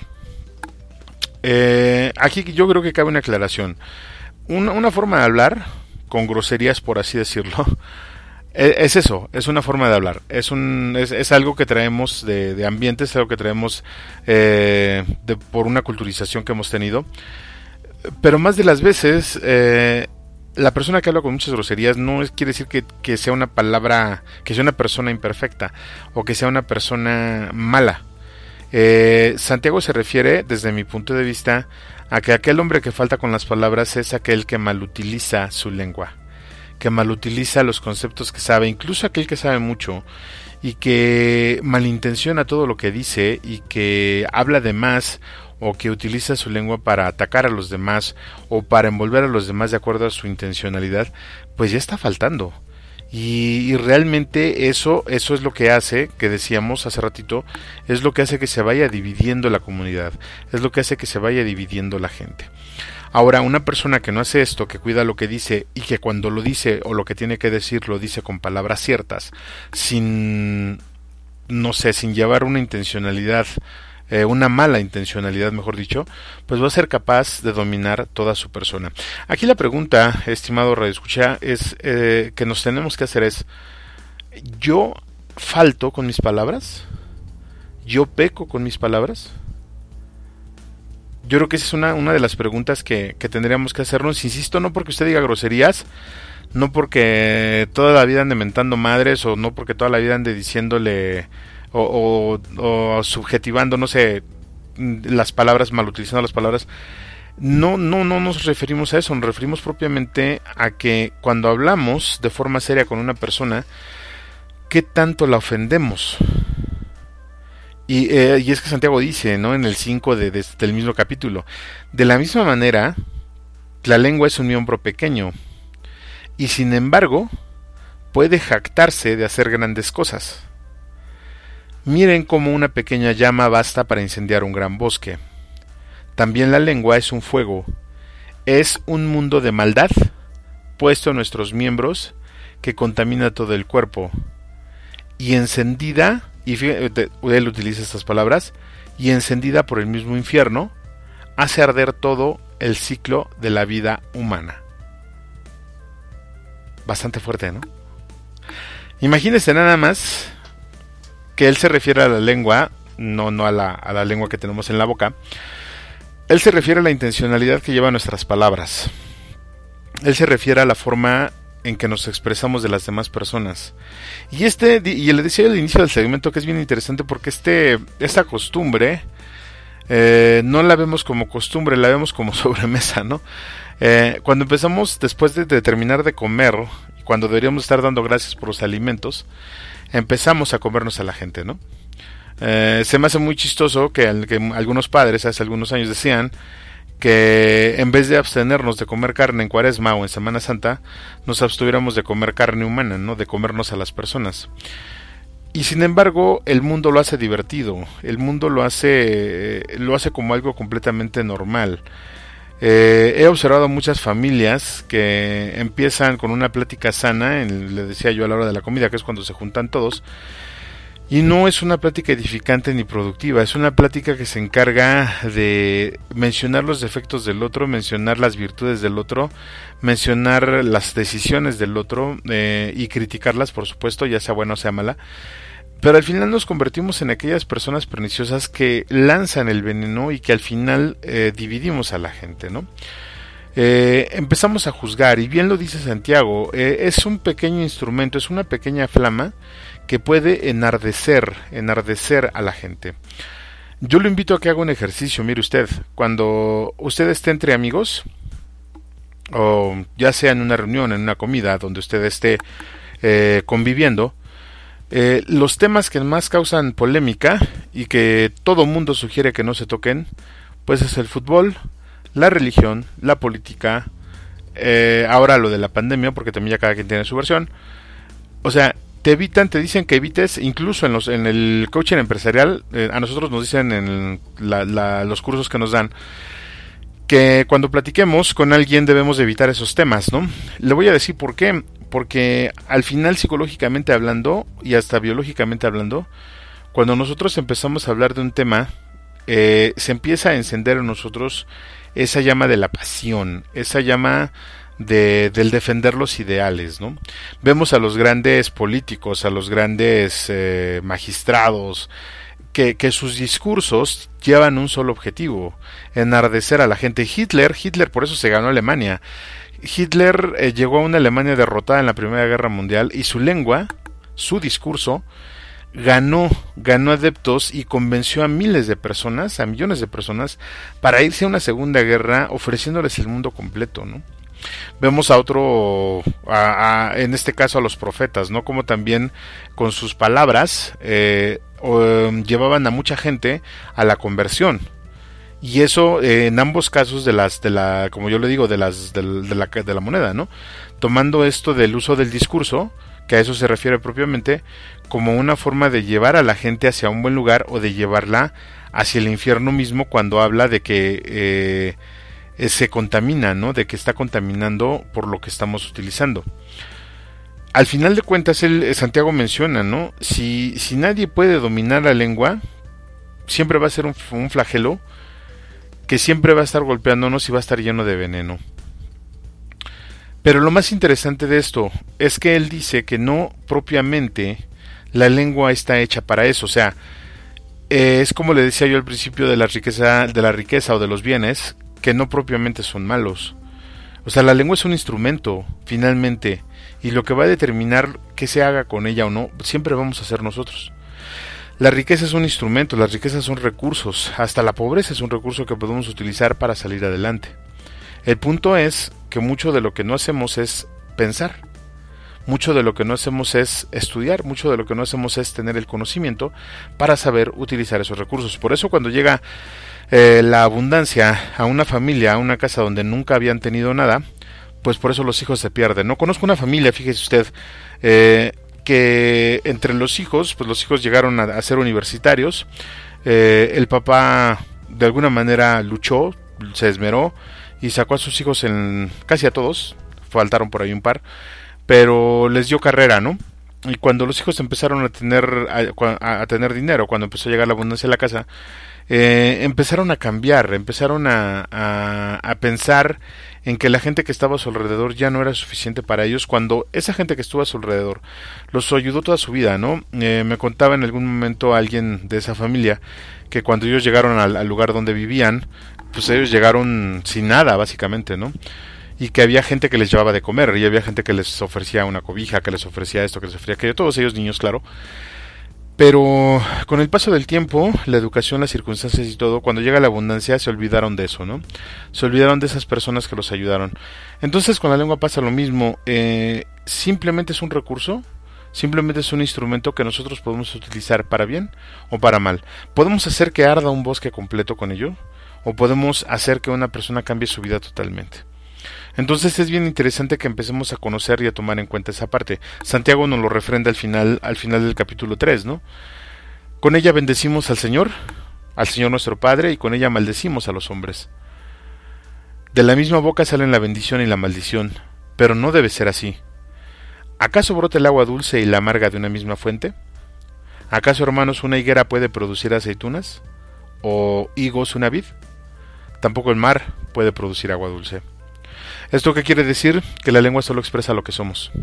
Eh, aquí yo creo que cabe una aclaración. Una, una forma de hablar con groserías, por así decirlo, es, es eso, es una forma de hablar, es un es, es algo que traemos de, de ambiente, es algo que traemos eh, de, por una culturización que hemos tenido, pero más de las veces eh, la persona que habla con muchas groserías no es, quiere decir que, que sea una palabra, que sea una persona imperfecta o que sea una persona mala. Eh, Santiago se refiere, desde mi punto de vista, a que aquel hombre que falta con las palabras es aquel que malutiliza su lengua, que malutiliza los conceptos que sabe, incluso aquel que sabe mucho, y que malintenciona todo lo que dice y que habla de más, o que utiliza su lengua para atacar a los demás o para envolver a los demás de acuerdo a su intencionalidad, pues ya está faltando. Y, y realmente eso, eso es lo que hace, que decíamos hace ratito, es lo que hace que se vaya dividiendo la comunidad, es lo que hace que se vaya dividiendo la gente. Ahora, una persona que no hace esto, que cuida lo que dice y que cuando lo dice o lo que tiene que decir lo dice con palabras ciertas, sin, no sé, sin llevar una intencionalidad, eh, una mala intencionalidad, mejor dicho, pues va a ser capaz de dominar toda su persona. Aquí la pregunta, estimado radioescucha, es eh, que nos tenemos que hacer es, ¿yo falto con mis palabras? ¿Yo peco con mis palabras? Yo creo que esa es una, una de las preguntas que, que tendríamos que hacernos. Insisto, no porque usted diga groserías, no porque toda la vida ande mentando madres, o no porque toda la vida ande diciéndole o, o, o subjetivando, no sé, las palabras, mal utilizando las palabras. No, no, no nos referimos a eso, nos referimos propiamente a que cuando hablamos de forma seria con una persona, ¿qué tanto la ofendemos? Y, eh, y es que Santiago dice, ¿no?, en el cinco de, de, del mismo capítulo, de la misma manera, la lengua es un miembro pequeño, y sin embargo, puede jactarse de hacer grandes cosas. Miren cómo una pequeña llama basta para incendiar un gran bosque. También la lengua es un fuego, es un mundo de maldad puesto en nuestros miembros que contamina todo el cuerpo, y encendida, y fíjate, él utiliza estas palabras, y encendida por el mismo infierno, hace arder todo el ciclo de la vida humana. Bastante fuerte, ¿no? Imagínense nada más que él se refiere a la lengua, no, no a la, a la lengua que tenemos en la boca. Él se refiere a la intencionalidad que llevan nuestras palabras. Él se refiere a la forma en que nos expresamos de las demás personas. Y este, y le decía al inicio del segmento que es bien interesante porque este, esta costumbre eh, no la vemos como costumbre, la vemos como sobremesa, ¿no? Eh, cuando empezamos, después de, de terminar de comer, cuando deberíamos estar dando gracias por los alimentos, empezamos a comernos a la gente, ¿no? Eh, se me hace muy chistoso que, que algunos padres hace algunos años decían que en vez de abstenernos de comer carne en Cuaresma o en Semana Santa, nos abstuviéramos de comer carne humana, ¿no?, de comernos a las personas. Y sin embargo, el mundo lo hace divertido, el mundo lo hace, lo hace como algo completamente normal. Eh, he observado muchas familias que empiezan con una plática sana, en, le decía yo a la hora de la comida, que es cuando se juntan todos, y no es una plática edificante ni productiva, es una plática que se encarga de mencionar los defectos del otro, mencionar las virtudes del otro, mencionar las decisiones del otro eh, y criticarlas, por supuesto, ya sea buena o sea mala. Pero al final nos convertimos en aquellas personas perniciosas que lanzan el veneno y que al final eh, dividimos a la gente, ¿no? Eh, empezamos a juzgar, y bien lo dice Santiago, eh, es un pequeño instrumento, es una pequeña flama que puede enardecer, enardecer a la gente. Yo lo invito a que haga un ejercicio. Mire usted, cuando usted esté entre amigos, o ya sea en una reunión, en una comida, donde usted esté eh, conviviendo, eh, los temas que más causan polémica y que todo mundo sugiere que no se toquen, pues es el fútbol, la religión, la política, eh, ahora lo de la pandemia, porque también ya cada quien tiene su versión. O sea, te evitan, te dicen que evites, incluso en los en el coaching empresarial, eh, a nosotros nos dicen en la, la, los cursos que nos dan, que cuando platiquemos con alguien debemos de evitar esos temas, ¿no? Le voy a decir por qué, porque al final, psicológicamente hablando y hasta biológicamente hablando, cuando nosotros empezamos a hablar de un tema, eh, se empieza a encender en nosotros esa llama de la pasión, esa llama De, del defender los ideales, ¿no? Vemos a los grandes políticos, a los grandes eh, magistrados, que, que sus discursos llevan un solo objetivo: enardecer a la gente. Hitler, Hitler por eso se ganó Alemania. Hitler eh, llegó a una Alemania derrotada en la Primera Guerra Mundial, y su lengua, su discurso, ganó, ganó adeptos y convenció a miles de personas, a millones de personas, para irse a una segunda guerra ofreciéndoles el mundo completo, ¿no? Vemos a otro, a, a, en este caso a los profetas, ¿no? Como también con sus palabras eh, o, llevaban a mucha gente a la conversión. Y eso eh, en ambos casos de las, de la, como yo le digo, de las, de, de la, de la moneda, ¿no? Tomando esto del uso del discurso, que a eso se refiere propiamente, como una forma de llevar a la gente hacia un buen lugar o de llevarla hacia el infierno mismo, cuando habla de que eh, se contamina, ¿no? De que está contaminando por lo que estamos utilizando. Al final de cuentas, él, Santiago menciona, ¿no? Si, si nadie puede dominar la lengua, siempre va a ser un, un flagelo que siempre va a estar golpeándonos y va a estar lleno de veneno. Pero lo más interesante de esto es que él dice que no propiamente la lengua está hecha para eso. O sea, eh, es como le decía yo al principio de la riqueza, de la riqueza o de los bienes, que no propiamente son malos. O sea, la lengua es un instrumento, finalmente, y lo que va a determinar qué se haga con ella o no, siempre vamos a ser nosotros. La riqueza es un instrumento, las riquezas son recursos, hasta la pobreza es un recurso que podemos utilizar para salir adelante. El punto es que mucho de lo que no hacemos es pensar, mucho de lo que no hacemos es estudiar, mucho de lo que no hacemos es tener el conocimiento para saber utilizar esos recursos. Por eso cuando llega eh, la abundancia a una familia, a una casa donde nunca habían tenido nada, pues por eso los hijos se pierden. No conozco una familia, fíjese usted, eh, que entre los hijos, pues los hijos llegaron a, a ser universitarios, eh, el papá de alguna manera luchó, se esmeró y sacó a sus hijos, en casi a todos, faltaron por ahí un par, pero les dio carrera, ¿no? Y cuando los hijos empezaron a tener a, a tener dinero, cuando empezó a llegar la abundancia a la casa, eh, empezaron a cambiar, empezaron a, a, a pensar en que la gente que estaba a su alrededor ya no era suficiente para ellos, cuando esa gente que estuvo a su alrededor los ayudó toda su vida, ¿no? Eh, me contaba en algún momento alguien de esa familia que cuando ellos llegaron al, al lugar donde vivían, pues ellos llegaron sin nada, básicamente, ¿no? Y que había gente que les llevaba de comer, y había gente que les ofrecía una cobija, que les ofrecía esto, que les ofrecía aquello, todos ellos niños, claro. Pero con el paso del tiempo, la educación, las circunstancias y todo, cuando llega la abundancia se olvidaron de eso, ¿no? Se olvidaron de esas personas que los ayudaron. Entonces con la lengua pasa lo mismo, eh, simplemente es un recurso, simplemente es un instrumento que nosotros podemos utilizar para bien o para mal. Podemos hacer que arda un bosque completo con ello, o podemos hacer que una persona cambie su vida totalmente. Entonces es bien interesante que empecemos a conocer y a tomar en cuenta esa parte. Santiago nos lo refrenda al final, al final del capítulo tres, ¿no? Con ella bendecimos al Señor, al Señor nuestro Padre, y con ella maldecimos a los hombres. De la misma boca salen la bendición y la maldición, pero no debe ser así. ¿Acaso brota el agua dulce y la amarga de una misma fuente? ¿Acaso, hermanos, una higuera puede producir aceitunas? ¿O higos una vid? Tampoco el mar puede producir agua dulce. ¿Esto qué quiere decir? Que la lengua solo expresa lo que somos.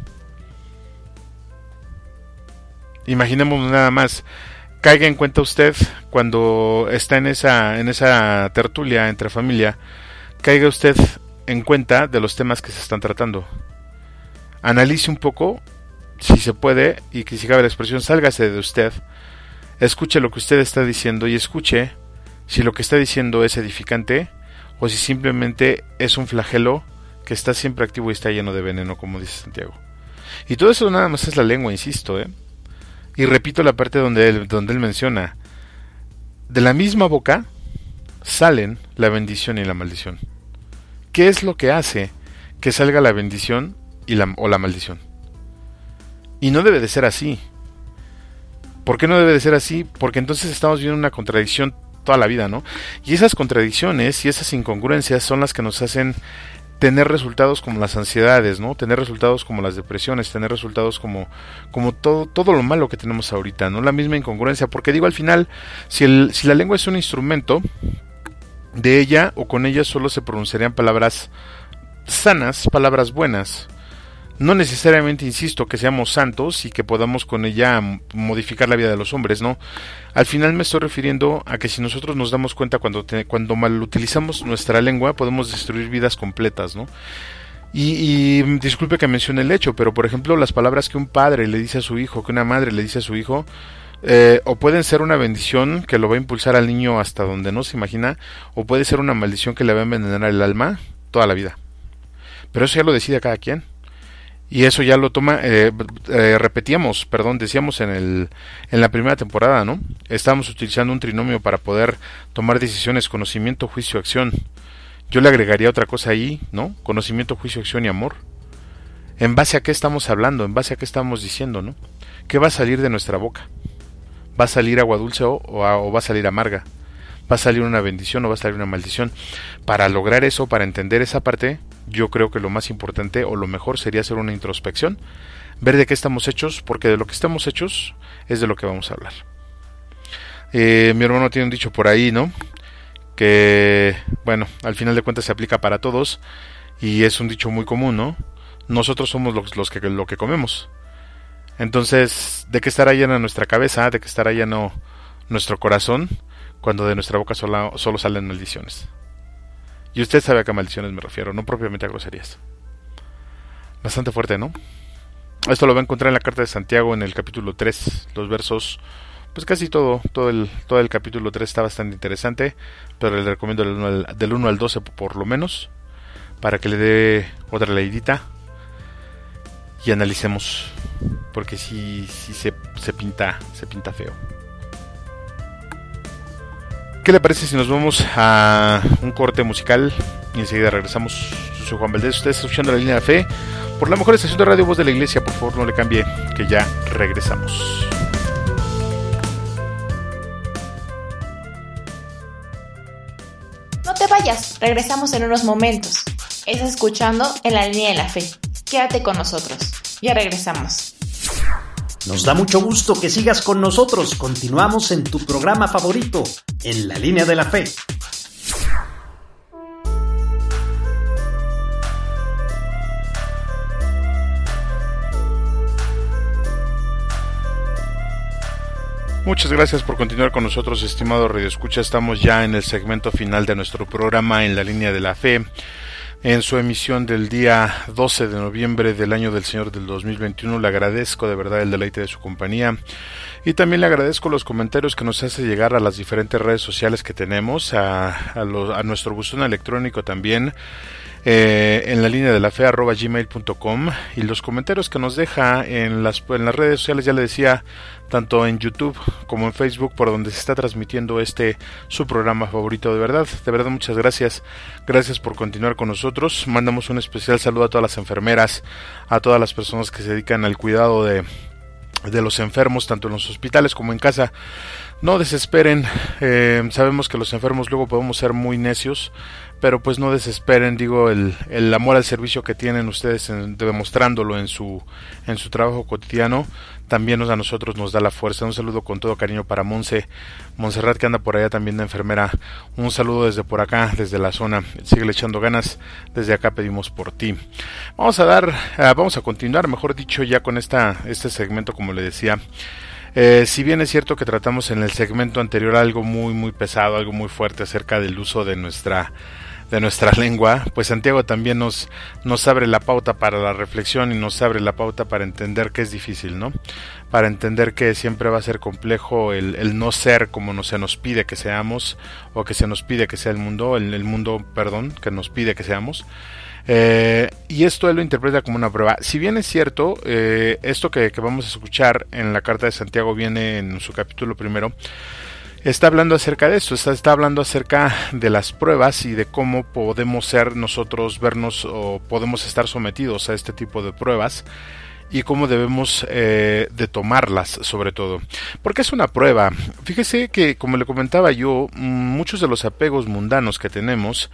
Imaginemos nada más, caiga en cuenta usted cuando está en esa, en esa tertulia entre familia, caiga usted en cuenta de los temas que se están tratando. Analice un poco, si se puede, y que si cabe la expresión, sálgase de usted, escuche lo que usted está diciendo y escuche si lo que está diciendo es edificante o si simplemente es un flagelo que está siempre activo y está lleno de veneno, como dice Santiago. Y todo eso nada más es la lengua, insisto, ¿eh? Y repito la parte donde él, donde él menciona, de la misma boca salen la bendición y la maldición. ¿Qué es lo que hace que salga la bendición y la, o la maldición? Y no debe de ser así. ¿Por qué no debe de ser así? Porque entonces estamos viendo una contradicción toda la vida, ¿no? Y esas contradicciones y esas incongruencias son las que nos hacen tener resultados como las ansiedades, ¿no? Tener resultados como las depresiones, tener resultados como, como todo, todo lo malo que tenemos ahorita, ¿no? La misma incongruencia, porque digo, al final, si, el, si la lengua es un instrumento, de ella o con ella solo se pronunciarían palabras sanas, palabras buenas. No necesariamente, insisto, que seamos santos y que podamos con ella modificar la vida de los hombres, ¿no? Al final me estoy refiriendo a que si nosotros nos damos cuenta cuando, te, cuando mal utilizamos nuestra lengua, podemos destruir vidas completas, ¿no? Y, y disculpe que mencione el hecho, pero por ejemplo las palabras que un padre le dice a su hijo, que una madre le dice a su hijo, eh, o pueden ser una bendición que lo va a impulsar al niño hasta donde no se imagina, o puede ser una maldición que le va a envenenar el alma toda la vida. pero eso ya lo decide cada quien. Y eso ya lo toma, eh, eh, repetíamos, perdón, decíamos en el en la primera temporada, ¿no? Estábamos utilizando un trinomio para poder tomar decisiones, conocimiento, juicio, acción. Yo le agregaría otra cosa ahí, ¿no? Conocimiento, juicio, acción y amor. ¿En base a qué estamos hablando? ¿En base a qué estamos diciendo, no? ¿Qué va a salir de nuestra boca? ¿Va a salir agua dulce o, o, o va a salir amarga? ¿Va a salir una bendición o va a salir una maldición? Para lograr eso, para entender esa parte, yo creo que lo más importante o lo mejor sería hacer una introspección, ver de qué estamos hechos, porque de lo que estamos hechos es de lo que vamos a hablar. Eh, mi hermano tiene un dicho por ahí, ¿no? Que, bueno, al final de cuentas se aplica para todos y es un dicho muy común, ¿no? Nosotros somos los, los que lo que comemos. Entonces, ¿de qué estará llena nuestra cabeza? ¿De qué estará lleno nuestro corazón? Cuando de nuestra boca solo, solo salen maldiciones. Y usted sabe a qué maldiciones me refiero, no propiamente a groserías. Bastante fuerte, ¿no? Esto lo va a encontrar en la carta de Santiago en el capítulo tres, los versos, pues casi todo, todo el, todo el capítulo tres está bastante interesante, pero le recomiendo del uno al, del uno al doce por lo menos, para que le dé otra leidita y analicemos, porque sí, sí se, se pinta, se pinta feo. ¿Qué le parece si nos vamos a un corte musical y enseguida regresamos? Yo soy Juan Valdés, usted está escuchando La Línea de la Fe por la mejor estación de radio Voz de la Iglesia. Por favor, no le cambie, que ya regresamos. No te vayas, regresamos en unos momentos. Estás escuchando En la Línea de la Fe. Quédate con nosotros, ya regresamos. Nos da mucho gusto que sigas con nosotros. Continuamos en tu programa favorito, En la Línea de la Fe. Muchas gracias por continuar con nosotros, estimado radioescucha. Estamos ya en el segmento final de nuestro programa En la Línea de la Fe, en su emisión del día doce de noviembre del año del Señor del dos mil veintiuno. Le agradezco de verdad el deleite de su compañía y también le agradezco los comentarios que nos hace llegar a las diferentes redes sociales que tenemos, a, a, lo, a nuestro buzón electrónico también, eh, en la línea de la fe arroba gmail punto com, y los comentarios que nos deja en las, en las redes sociales, ya le decía, tanto en YouTube como en Facebook, por donde se está transmitiendo este su programa favorito. De verdad, de verdad muchas gracias, gracias por continuar con nosotros. Mandamos un especial saludo a todas las enfermeras, a todas las personas que se dedican al cuidado de, de los enfermos, tanto en los hospitales como en casa. No desesperen, eh, sabemos que los enfermos luego podemos ser muy necios, pero pues no desesperen, digo, el, el amor al servicio que tienen ustedes en, demostrándolo en su en su trabajo cotidiano, también nos, a nosotros nos da la fuerza. Un saludo con todo cariño para Monse, Montserrat, que anda por allá también de enfermera. Un saludo desde por acá, desde la zona. Sigue echando ganas, desde acá pedimos por ti. Vamos a dar, uh, vamos a continuar, mejor dicho, ya con esta este segmento, como le decía. Eh, si bien es cierto que tratamos en el segmento anterior algo muy muy pesado, algo muy fuerte acerca del uso de nuestra de nuestra lengua, pues Santiago también nos nos abre la pauta para la reflexión y nos abre la pauta para entender que es difícil, ¿no? Para entender que siempre va a ser complejo el, el no ser como no se nos pide que seamos, o que se nos pide que sea el mundo, el, el mundo, perdón, que nos pide que seamos. Eh, y esto él lo interpreta como una prueba. Si bien es cierto, eh, esto que, que vamos a escuchar en la carta de Santiago viene en su capítulo primero, está hablando acerca de esto, está, está hablando acerca de las pruebas y de cómo podemos ser nosotros, vernos o podemos estar sometidos a este tipo de pruebas y cómo debemos eh, de tomarlas, sobre todo. Porque es una prueba. Fíjese que, como le comentaba yo, muchos de los apegos mundanos que tenemos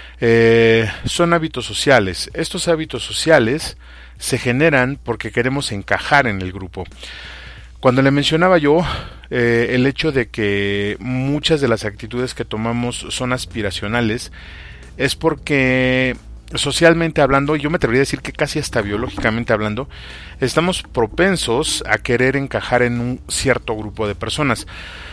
Eh, son hábitos sociales. Estos hábitos sociales se generan porque queremos encajar en el grupo. Cuando le mencionaba yo eh, el hecho de que muchas de las actitudes que tomamos son aspiracionales, es porque socialmente hablando, yo me atrevería a decir que casi hasta biológicamente hablando, estamos propensos a querer encajar en un cierto grupo de personas.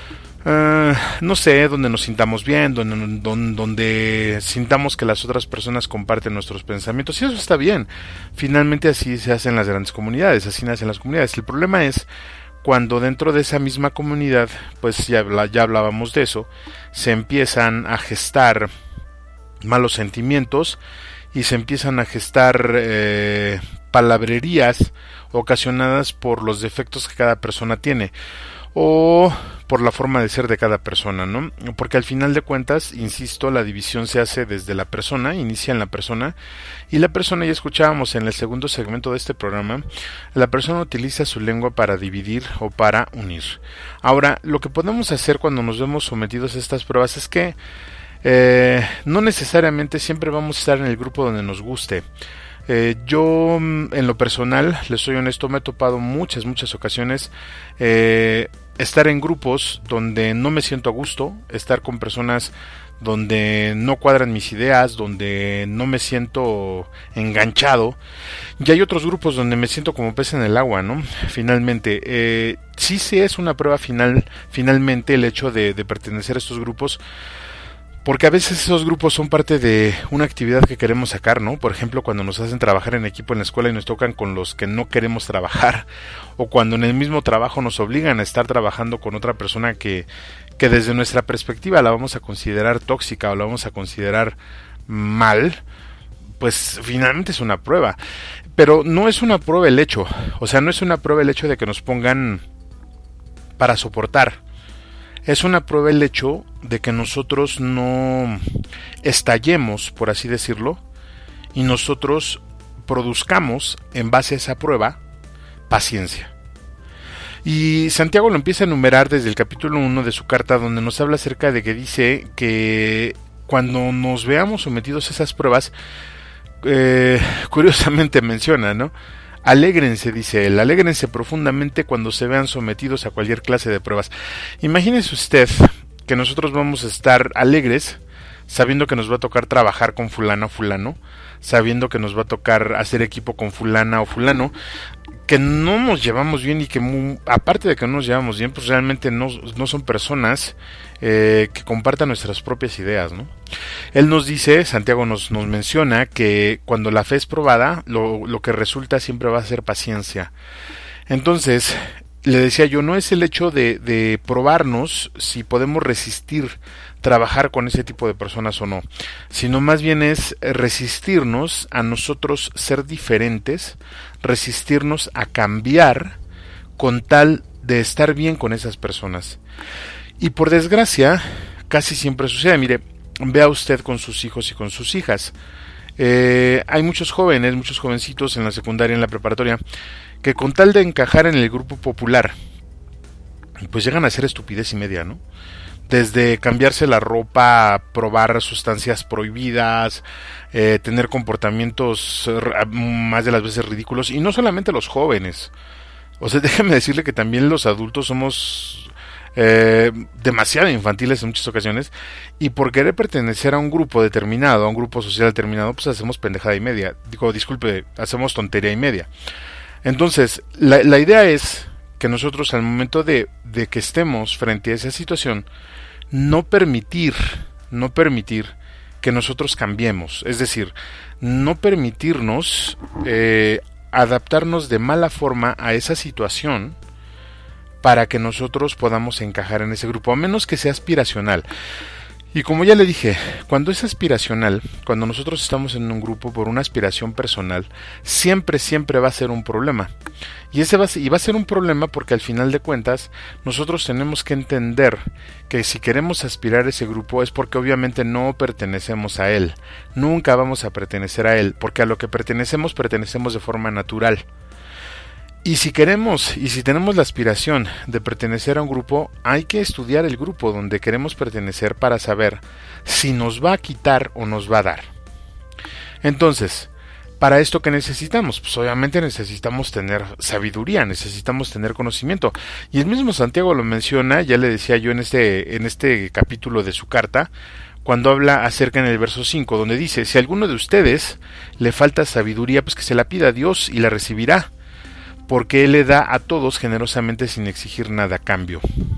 Uh, no sé, donde nos sintamos bien, donde, donde, donde sintamos que las otras personas comparten nuestros pensamientos, y eso está bien. Finalmente así se hacen las grandes comunidades, así nacen las comunidades. El problema es cuando dentro de esa misma comunidad, pues ya, ya hablábamos de eso, se empiezan a gestar malos sentimientos y se empiezan a gestar eh, palabrerías ocasionadas por los defectos que cada persona tiene o por la forma de ser de cada persona, ¿no? Porque al final de cuentas, insisto, la división se hace desde la persona, inicia en la persona, y la persona, ya escuchábamos en el segundo segmento de este programa, la persona utiliza su lengua para dividir o para unir. Ahora, lo que podemos hacer cuando nos vemos sometidos a estas pruebas es que eh, no necesariamente siempre vamos a estar en el grupo donde nos guste. Eh, yo, en lo personal, les soy honesto, me he topado muchas, muchas ocasiones eh, estar en grupos donde no me siento a gusto, estar con personas donde no cuadran mis ideas, donde no me siento enganchado, y hay otros grupos donde me siento como pez en el agua, ¿no? Finalmente, eh, sí, sí es una prueba final, finalmente el hecho de, de pertenecer a estos grupos, porque a veces esos grupos son parte de una actividad que queremos sacar, ¿no? Por ejemplo, cuando nos hacen trabajar en equipo en la escuela y nos tocan con los que no queremos trabajar, o cuando en el mismo trabajo nos obligan a estar trabajando con otra persona que, que desde nuestra perspectiva la vamos a considerar tóxica o la vamos a considerar mal, pues finalmente es una prueba. Pero no es una prueba el hecho, o sea, no es una prueba el hecho de que nos pongan para soportar. Es una prueba el hecho de que nosotros no estallemos, por así decirlo, y nosotros produzcamos en base a esa prueba paciencia. Y Santiago lo empieza a enumerar desde el capítulo uno de su carta, donde nos habla acerca de que dice que cuando nos veamos sometidos a esas pruebas, eh, curiosamente menciona, ¿no? Alégrense, dice él, alégrense profundamente cuando se vean sometidos a cualquier clase de pruebas. Imagínese usted que nosotros vamos a estar alegres sabiendo que nos va a tocar trabajar con fulana o fulano, sabiendo que nos va a tocar hacer equipo con fulana o fulano, que no nos llevamos bien y que muy, aparte de que no nos llevamos bien, pues realmente no, no son personas eh, que compartan nuestras propias ideas, ¿no? Él nos dice, Santiago nos, nos menciona que cuando la fe es probada, lo, lo que resulta siempre va a ser paciencia. Entonces, le decía yo, no es el hecho de, de probarnos si podemos resistir trabajar con ese tipo de personas o no, sino más bien es resistirnos a nosotros ser diferentes, resistirnos a cambiar con tal de estar bien con esas personas. Y por desgracia, casi siempre sucede. Mire, vea usted con sus hijos y con sus hijas. Eh, hay muchos jóvenes, muchos jovencitos en la secundaria, en la preparatoria, que con tal de encajar en el grupo popular, pues llegan a hacer estupidez y media, ¿no? Desde cambiarse la ropa, probar sustancias prohibidas, eh, tener comportamientos más de las veces ridículos, y no solamente los jóvenes. O sea, déjeme decirle que también los adultos somos eh, demasiado infantiles en muchas ocasiones, y por querer pertenecer a un grupo determinado, a un grupo social determinado, pues hacemos pendejada y media. Digo, disculpe, hacemos tontería y media. Entonces, la, la idea es que nosotros al momento de, de que estemos frente a esa situación, no permitir, no permitir que nosotros cambiemos, es decir, no permitirnos eh, adaptarnos de mala forma a esa situación para que nosotros podamos encajar en ese grupo, a menos que sea aspiracional. Y como ya le dije, cuando es aspiracional, cuando nosotros estamos en un grupo por una aspiración personal, siempre, siempre va a ser un problema. Y ese va a ser, y va a ser un problema porque al final de cuentas, nosotros tenemos que entender que si queremos aspirar a ese grupo es porque obviamente no pertenecemos a él. Nunca vamos a pertenecer a él, porque a lo que pertenecemos, pertenecemos de forma natural. Y si queremos, y si tenemos la aspiración de pertenecer a un grupo, hay que estudiar el grupo donde queremos pertenecer para saber si nos va a quitar o nos va a dar. Entonces, ¿para esto qué necesitamos? Pues obviamente necesitamos tener sabiduría, necesitamos tener conocimiento. Y el mismo Santiago lo menciona, ya le decía yo en este, en este capítulo de su carta, cuando habla acerca en el verso cinco, donde dice, si a alguno de ustedes le falta sabiduría, pues que se la pida a Dios y la recibirá, porque Él le da a todos generosamente sin exigir nada a cambio.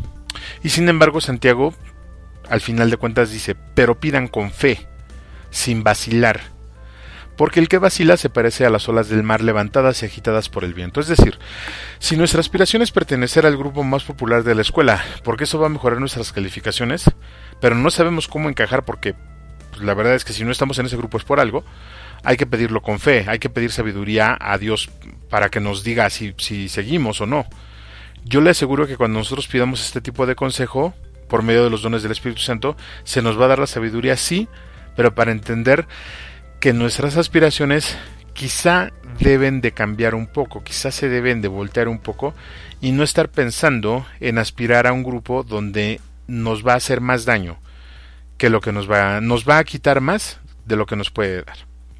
Y sin embargo, Santiago, al final de cuentas dice, pero pidan con fe, sin vacilar, porque el que vacila se parece a las olas del mar levantadas y agitadas por el viento. Es decir, si nuestra aspiración es pertenecer al grupo más popular de la escuela, porque eso va a mejorar nuestras calificaciones, pero no sabemos cómo encajar porque pues, la verdad es que si no estamos en ese grupo es por algo, hay que pedirlo con fe, hay que pedir sabiduría a Dios para que nos diga si, si seguimos o no. Yo le aseguro que cuando nosotros pidamos este tipo de consejo, por medio de los dones del Espíritu Santo, se nos va a dar la sabiduría, sí, pero para entender que nuestras aspiraciones quizá deben de cambiar un poco, quizá se deben de voltear un poco y no estar pensando en aspirar a un grupo donde nos va a hacer más daño que lo que nos va, nos va a quitar más de lo que nos puede dar.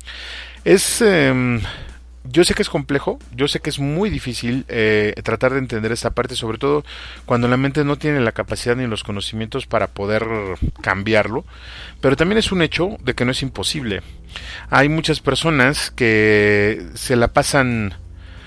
Es, eh, yo sé que es complejo, yo sé que es muy difícil eh, tratar de entender esta parte, sobre todo cuando la mente no tiene la capacidad ni los conocimientos para poder cambiarlo, pero también es un hecho de que no es imposible. Hay muchas personas que se la pasan,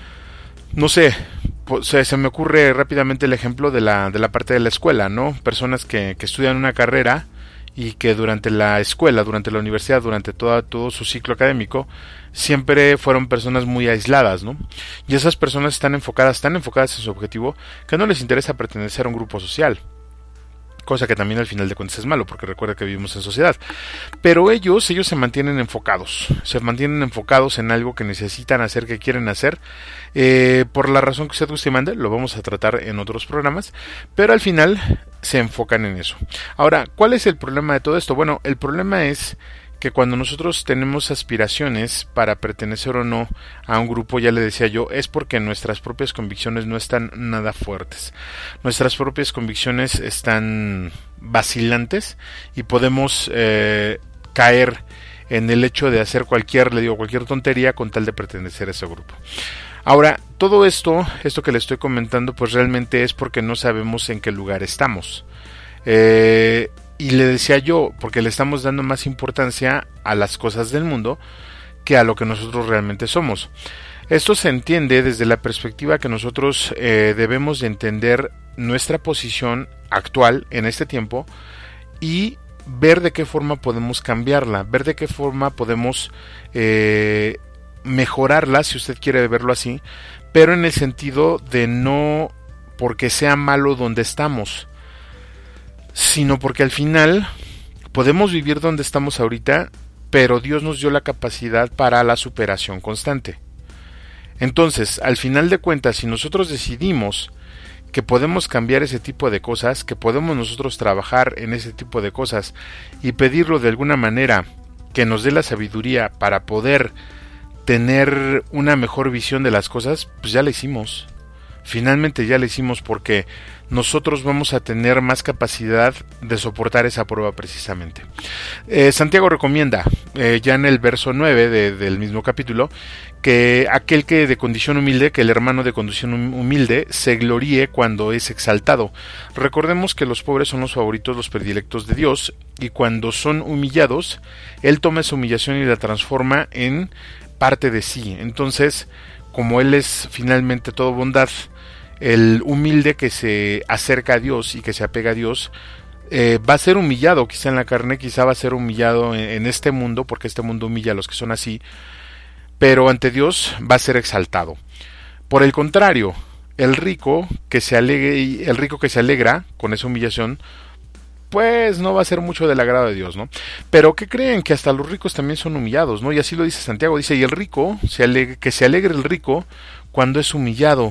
no sé, se, se me ocurre rápidamente el ejemplo de la, de la parte de la escuela, ¿no? Personas que, que estudian una carrera y que durante la escuela, durante la universidad, durante toda, todo su ciclo académico, siempre fueron personas muy aisladas, ¿no? Y esas personas están enfocadas, tan enfocadas en su objetivo, que no les interesa pertenecer a un grupo social. Cosa que también al final de cuentas es malo, porque recuerda que vivimos en sociedad. Pero ellos, ellos se mantienen enfocados, se mantienen enfocados en algo que necesitan hacer, que quieren hacer, eh, por la razón que usted guste y mande, lo vamos a tratar en otros programas, pero al final se enfocan en eso. Ahora, ¿cuál es el problema de todo esto? Bueno, el problema es que cuando nosotros tenemos aspiraciones para pertenecer o no a un grupo, ya le decía yo, es porque nuestras propias convicciones no están nada fuertes. Nuestras propias convicciones están vacilantes y podemos eh, caer en el hecho de hacer cualquier, le digo, cualquier tontería con tal de pertenecer a ese grupo. Ahora, todo esto, esto que le estoy comentando, pues realmente es porque no sabemos en qué lugar estamos. Eh... Y le decía yo, porque le estamos dando más importancia a las cosas del mundo que a lo que nosotros realmente somos. Esto se entiende desde la perspectiva que nosotros eh, debemos de entender nuestra posición actual en este tiempo y ver de qué forma podemos cambiarla, ver de qué forma podemos eh, mejorarla, si usted quiere verlo así, pero en el sentido de no porque sea malo donde estamos, sino porque al final podemos vivir donde estamos ahorita, pero Dios nos dio la capacidad para la superación constante. Entonces, al final de cuentas, si nosotros decidimos que podemos cambiar ese tipo de cosas, que podemos nosotros trabajar en ese tipo de cosas y pedirlo de alguna manera que nos dé la sabiduría para poder tener una mejor visión de las cosas, pues ya la hicimos. Finalmente ya la hicimos porque nosotros vamos a tener más capacidad de soportar esa prueba precisamente. Eh, Santiago recomienda, eh, ya en el verso nueve de, del mismo capítulo, que aquel que de condición humilde, que el hermano de condición humilde, se gloríe cuando es exaltado. Recordemos que los pobres son los favoritos, los predilectos de Dios, y cuando son humillados, Él toma esa humillación y la transforma en parte de sí. Entonces, como Él es finalmente todo bondad, el humilde que se acerca a Dios y que se apega a Dios eh, va a ser humillado quizá en la carne, quizá va a ser humillado en, en este mundo, porque este mundo humilla a los que son así, pero ante Dios va a ser exaltado. Por el contrario, el rico que se alegre, el rico que se alegra con esa humillación, pues no va a ser mucho del agrado de Dios, ¿no? Pero ¿qué creen? Que hasta los ricos también son humillados, ¿no? Y así lo dice Santiago, dice, y el rico, se alegre, que se alegre el rico cuando es humillado,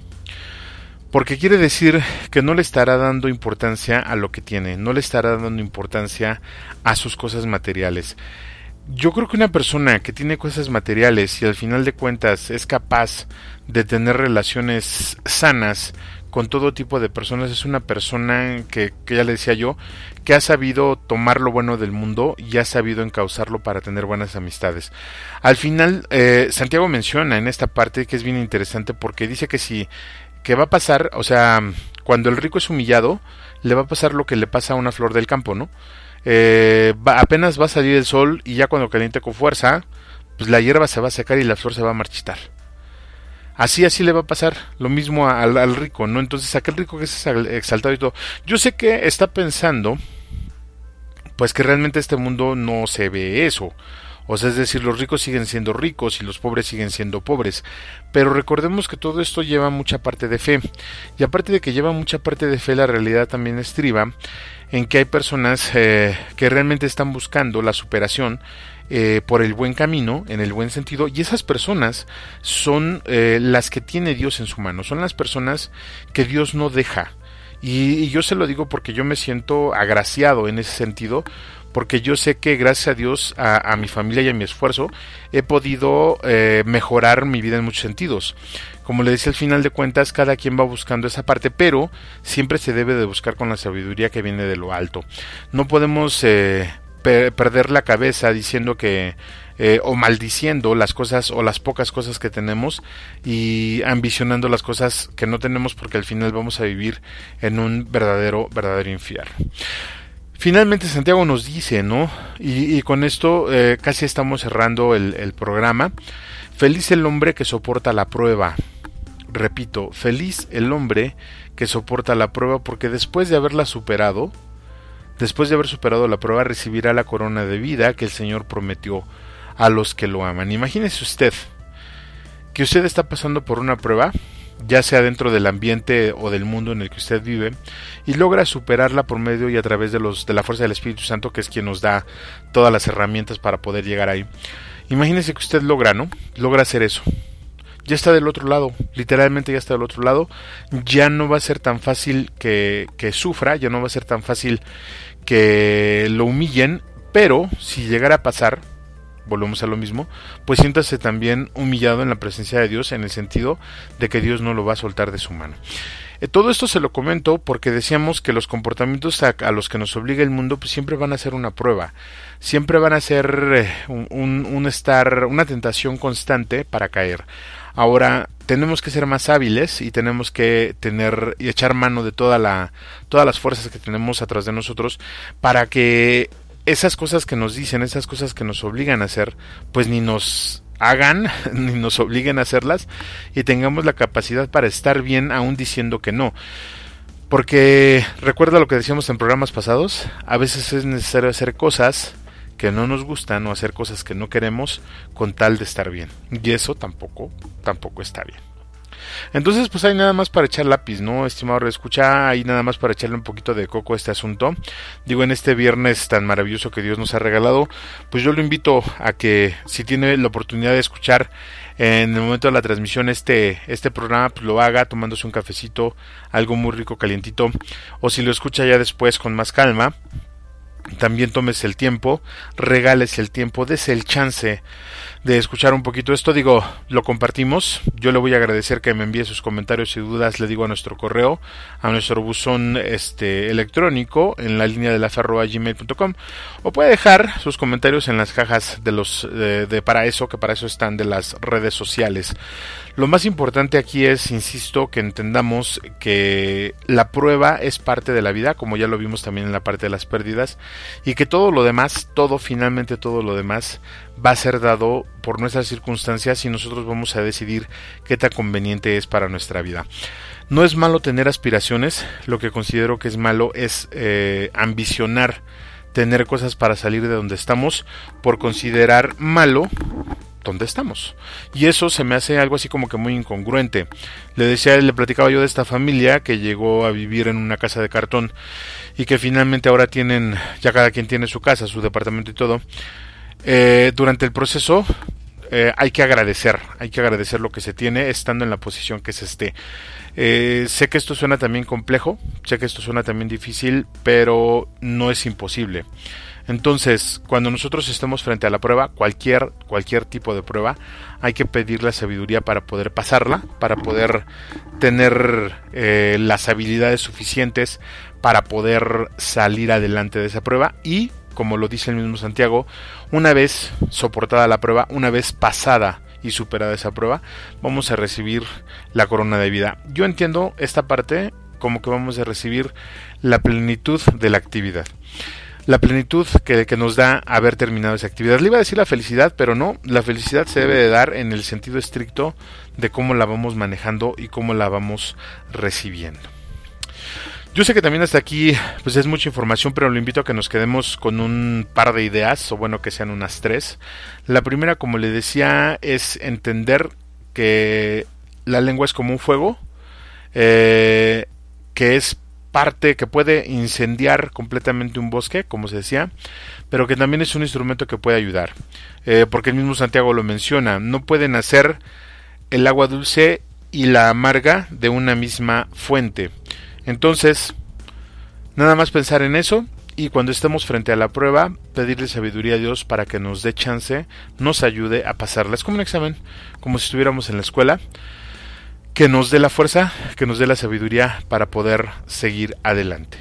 porque quiere decir que no le estará dando importancia a lo que tiene, no le estará dando importancia a sus cosas materiales. Yo creo que una persona que tiene cosas materiales y al final de cuentas es capaz de tener relaciones sanas con todo tipo de personas, es una persona que, que ya le decía yo, que ha sabido tomar lo bueno del mundo y ha sabido encauzarlo para tener buenas amistades. Al final, eh, Santiago menciona en esta parte que es bien interesante, porque dice que si que va a pasar, o sea, cuando el rico es humillado, le va a pasar lo que le pasa a una flor del campo, ¿no? Eh, va, apenas va a salir el sol y ya cuando caliente con fuerza, pues la hierba se va a secar y la flor se va a marchitar. Así, así le va a pasar lo mismo al, al rico, ¿no? Entonces, aquel rico que es exaltado y todo. Yo sé que está pensando, pues que realmente este mundo no se ve eso. O sea, es decir, los ricos siguen siendo ricos y los pobres siguen siendo pobres. Pero recordemos que todo esto lleva mucha parte de fe. Y aparte de que lleva mucha parte de fe, la realidad también estriba en que hay personas eh, que realmente están buscando la superación eh, por el buen camino, en el buen sentido, y esas personas son eh, las que tiene Dios en su mano, son las personas que Dios no deja. Y, y yo se lo digo porque yo me siento agraciado en ese sentido, porque yo sé que gracias a Dios, a, a mi familia y a mi esfuerzo, he podido eh, mejorar mi vida en muchos sentidos. Como le decía, al final de cuentas, cada quien va buscando esa parte, pero siempre se debe de buscar con la sabiduría que viene de lo alto. No podemos eh, per- perder la cabeza diciendo que eh, o maldiciendo las cosas o las pocas cosas que tenemos y ambicionando las cosas que no tenemos, porque al final vamos a vivir en un verdadero, verdadero infierno. Finalmente Santiago nos dice, ¿no? Y, y con esto eh, casi estamos cerrando el, el programa. Feliz el hombre que soporta la prueba. Repito, feliz el hombre que soporta la prueba, porque después de haberla superado, después de haber superado la prueba, recibirá la corona de vida que el Señor prometió a los que lo aman. Imagínese usted que usted está pasando por una prueba, ya sea dentro del ambiente o del mundo en el que usted vive, y logra superarla por medio y a través de los de la fuerza del Espíritu Santo, que es quien nos da todas las herramientas para poder llegar ahí. Imagínese que usted logra, ¿no? Logra hacer eso. Ya está del otro lado, literalmente ya está del otro lado. Ya no va a ser tan fácil que, que sufra, ya no va a ser tan fácil que lo humillen, pero si llegara a pasar, volvemos a lo mismo, pues siéntase también humillado en la presencia de Dios, en el sentido de que Dios no lo va a soltar de su mano. Eh, todo esto se lo comento porque decíamos que los comportamientos a, a los que nos obliga el mundo pues siempre van a ser una prueba, siempre van a ser eh, un, un, un estar, una tentación constante para caer. Ahora tenemos que ser más hábiles y tenemos que tener y echar mano de toda la, todas las fuerzas que tenemos atrás de nosotros para que esas cosas que nos dicen, esas cosas que nos obligan a hacer, pues ni nos hagan, ni nos obliguen a hacerlas, y tengamos la capacidad para estar bien aún diciendo que no. Porque recuerda lo que decíamos en programas pasados, a veces es necesario hacer cosas que no nos gustan o hacer cosas que no queremos con tal de estar bien, y eso tampoco, tampoco está bien. Entonces pues hay nada más para echar lápiz, ¿no, estimado reescucha? Hay nada más para echarle un poquito de coco a este asunto. Digo, en este viernes tan maravilloso que Dios nos ha regalado, pues yo lo invito a que si tiene la oportunidad de escuchar en el momento de la transmisión este, este programa, pues lo haga tomándose un cafecito, algo muy rico, calientito, o si lo escucha ya después con más calma, también tómese el tiempo, regálese el tiempo, dese el chance de escuchar un poquito esto. Digo, lo compartimos, yo le voy a agradecer que me envíe sus comentarios y dudas, le digo a nuestro correo, a nuestro buzón este electrónico en la línea de la fe arroba gmail punto com, o puede dejar sus comentarios en las cajas de los de, de para eso, que para eso están, de las redes sociales. Lo más importante aquí es, insisto, que entendamos que la prueba es parte de la vida, como ya lo vimos también en la parte de las pérdidas, y que todo lo demás, todo, finalmente todo lo demás, va a ser dado por nuestras circunstancias y nosotros vamos a decidir qué tan conveniente es para nuestra vida. No es malo tener aspiraciones, lo que considero que es malo es eh, ambicionar tener cosas para salir de donde estamos, por considerar malo donde estamos. Y eso se me hace algo así como que muy incongruente. Le decía, le platicaba yo de esta familia que llegó a vivir en una casa de cartón y que finalmente ahora tienen, ya cada quien tiene su casa, su departamento y todo. Eh, durante el proceso eh, hay que agradecer, hay que agradecer lo que se tiene estando en la posición que se esté. Eh, sé que esto suena también complejo, sé que esto suena también difícil, pero no es imposible. Entonces, cuando nosotros estemos frente a la prueba, cualquier, cualquier tipo de prueba, hay que pedir la sabiduría para poder pasarla, para poder tener eh, las habilidades suficientes para poder salir adelante de esa prueba. Y, como lo dice el mismo Santiago, una vez soportada la prueba, una vez pasada y superada esa prueba, vamos a recibir la corona de vida. Yo entiendo esta parte como que vamos a recibir la plenitud de la actividad. La plenitud que, que nos da haber terminado esa actividad. Le iba a decir la felicidad, pero no, la felicidad se debe de dar en el sentido estricto de cómo la vamos manejando y cómo la vamos recibiendo. Yo sé que también hasta aquí pues es mucha información, pero lo invito a que nos quedemos con un par de ideas, o bueno, que sean unas tres. La primera, como le decía, es entender que la lengua es como un fuego, eh, que es parte que puede incendiar completamente un bosque, como se decía, pero que también es un instrumento que puede ayudar, eh, porque el mismo Santiago lo menciona, no pueden hacer el agua dulce y la amarga de una misma fuente. Entonces, nada más pensar en eso, y cuando estemos frente a la prueba, pedirle sabiduría a Dios para que nos dé chance, nos ayude a pasarla. Es como un examen, como si estuviéramos en la escuela, que nos dé la fuerza, que nos dé la sabiduría para poder seguir adelante.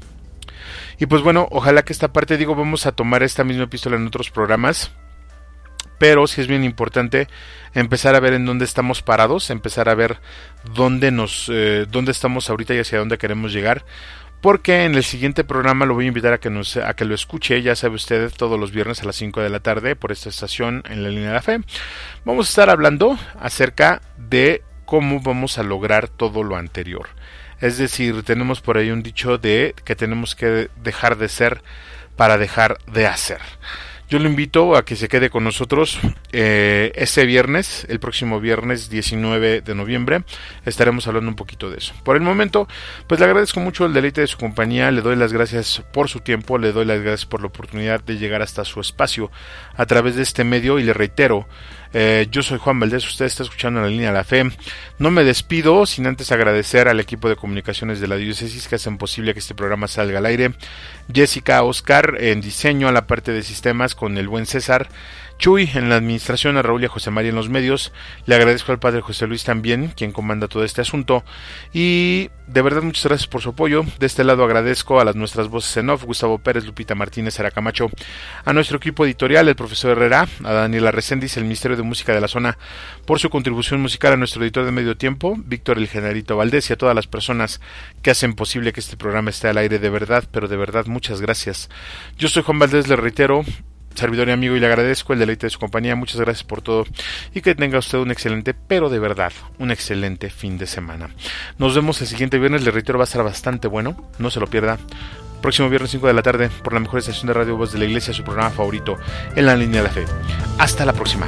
Y pues bueno, ojalá que esta parte, digo, vamos a tomar esta misma epístola en otros programas, pero sí es bien importante empezar a ver en dónde estamos parados, empezar a ver dónde nos, eh, dónde estamos ahorita y hacia dónde queremos llegar, porque en el siguiente programa lo voy a invitar a que nos, a que lo escuche, ya sabe usted, todos los viernes a las cinco de la tarde por esta estación en la línea de la fe. Vamos a estar hablando acerca de cómo vamos a lograr todo lo anterior. Es decir, tenemos por ahí un dicho de que tenemos que dejar de ser para dejar de hacer. Yo lo invito a que se quede con nosotros eh, ese viernes, el próximo viernes diecinueve de noviembre, estaremos hablando un poquito de eso. Por el momento, pues le agradezco mucho el deleite de su compañía, le doy las gracias por su tiempo, le doy las gracias por la oportunidad de llegar hasta su espacio a través de este medio y le reitero, Eh, yo soy Juan Valdés, usted está escuchando en la línea de la fe. No me despido sin antes agradecer al equipo de comunicaciones de la diócesis que hacen posible que este programa salga al aire. Jessica, Oscar en diseño, a la parte de sistemas con el buen César, Chuy en la administración, a Raúl y a José María en los medios. Le agradezco al padre José Luis también, quien comanda todo este asunto. Y de verdad muchas gracias por su apoyo. De este lado agradezco a las nuestras voces en off, Gustavo Pérez, Lupita Martínez, Sara Camacho, a nuestro equipo editorial, el profesor Herrera, a Daniela Reséndiz, el Ministerio de Música de la Zona, por su contribución musical, a nuestro editor de Medio Tiempo, Víctor el Generalito Valdés, y a todas las personas que hacen posible que este programa esté al aire. De verdad, pero de verdad, muchas gracias. Yo soy Juan Valdés, le reitero, servidor y amigo, y le agradezco el deleite de su compañía. Muchas gracias por todo y que tenga usted un excelente, pero de verdad, un excelente fin de semana. Nos vemos el siguiente viernes, le reitero, va a estar bastante bueno, no se lo pierda. Próximo viernes cinco de la tarde por la mejor estación de radio Voz de la Iglesia, su programa favorito en la línea de la fe. Hasta la próxima.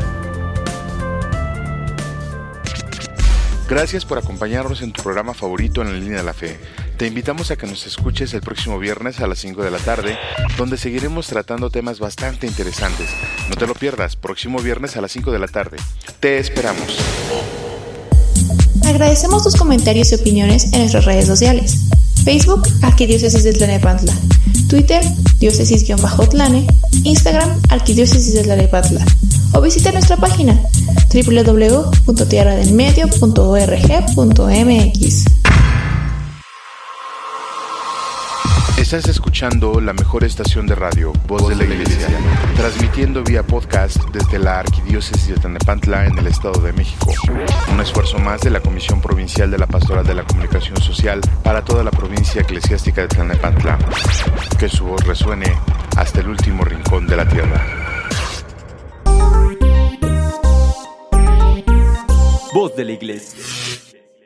Gracias por acompañarnos en tu programa favorito en la línea de la fe. Te invitamos a que nos escuches el próximo viernes a las cinco de la tarde, donde seguiremos tratando temas bastante interesantes. No te lo pierdas, próximo viernes a las cinco de la tarde. Te esperamos. Agradecemos tus comentarios y opiniones en nuestras redes sociales. Facebook, Arquidiócesis de Tlalnepantla. Twitter, diócesis-tlane. Instagram, Arquidiócesis de Tlalnepantla. O visita nuestra página doble u doble u doble u punto tierra del medio punto org punto m x. Estás escuchando la mejor estación de radio, Voz de la Iglesia, transmitiendo vía podcast desde la Arquidiócesis de Tlalnepantla en el Estado de México. Un esfuerzo más de la Comisión Provincial de la Pastoral de la Comunicación Social para toda la provincia eclesiástica de Tlalnepantla. Que su voz resuene hasta el último rincón de la tierra. Voz de la Iglesia.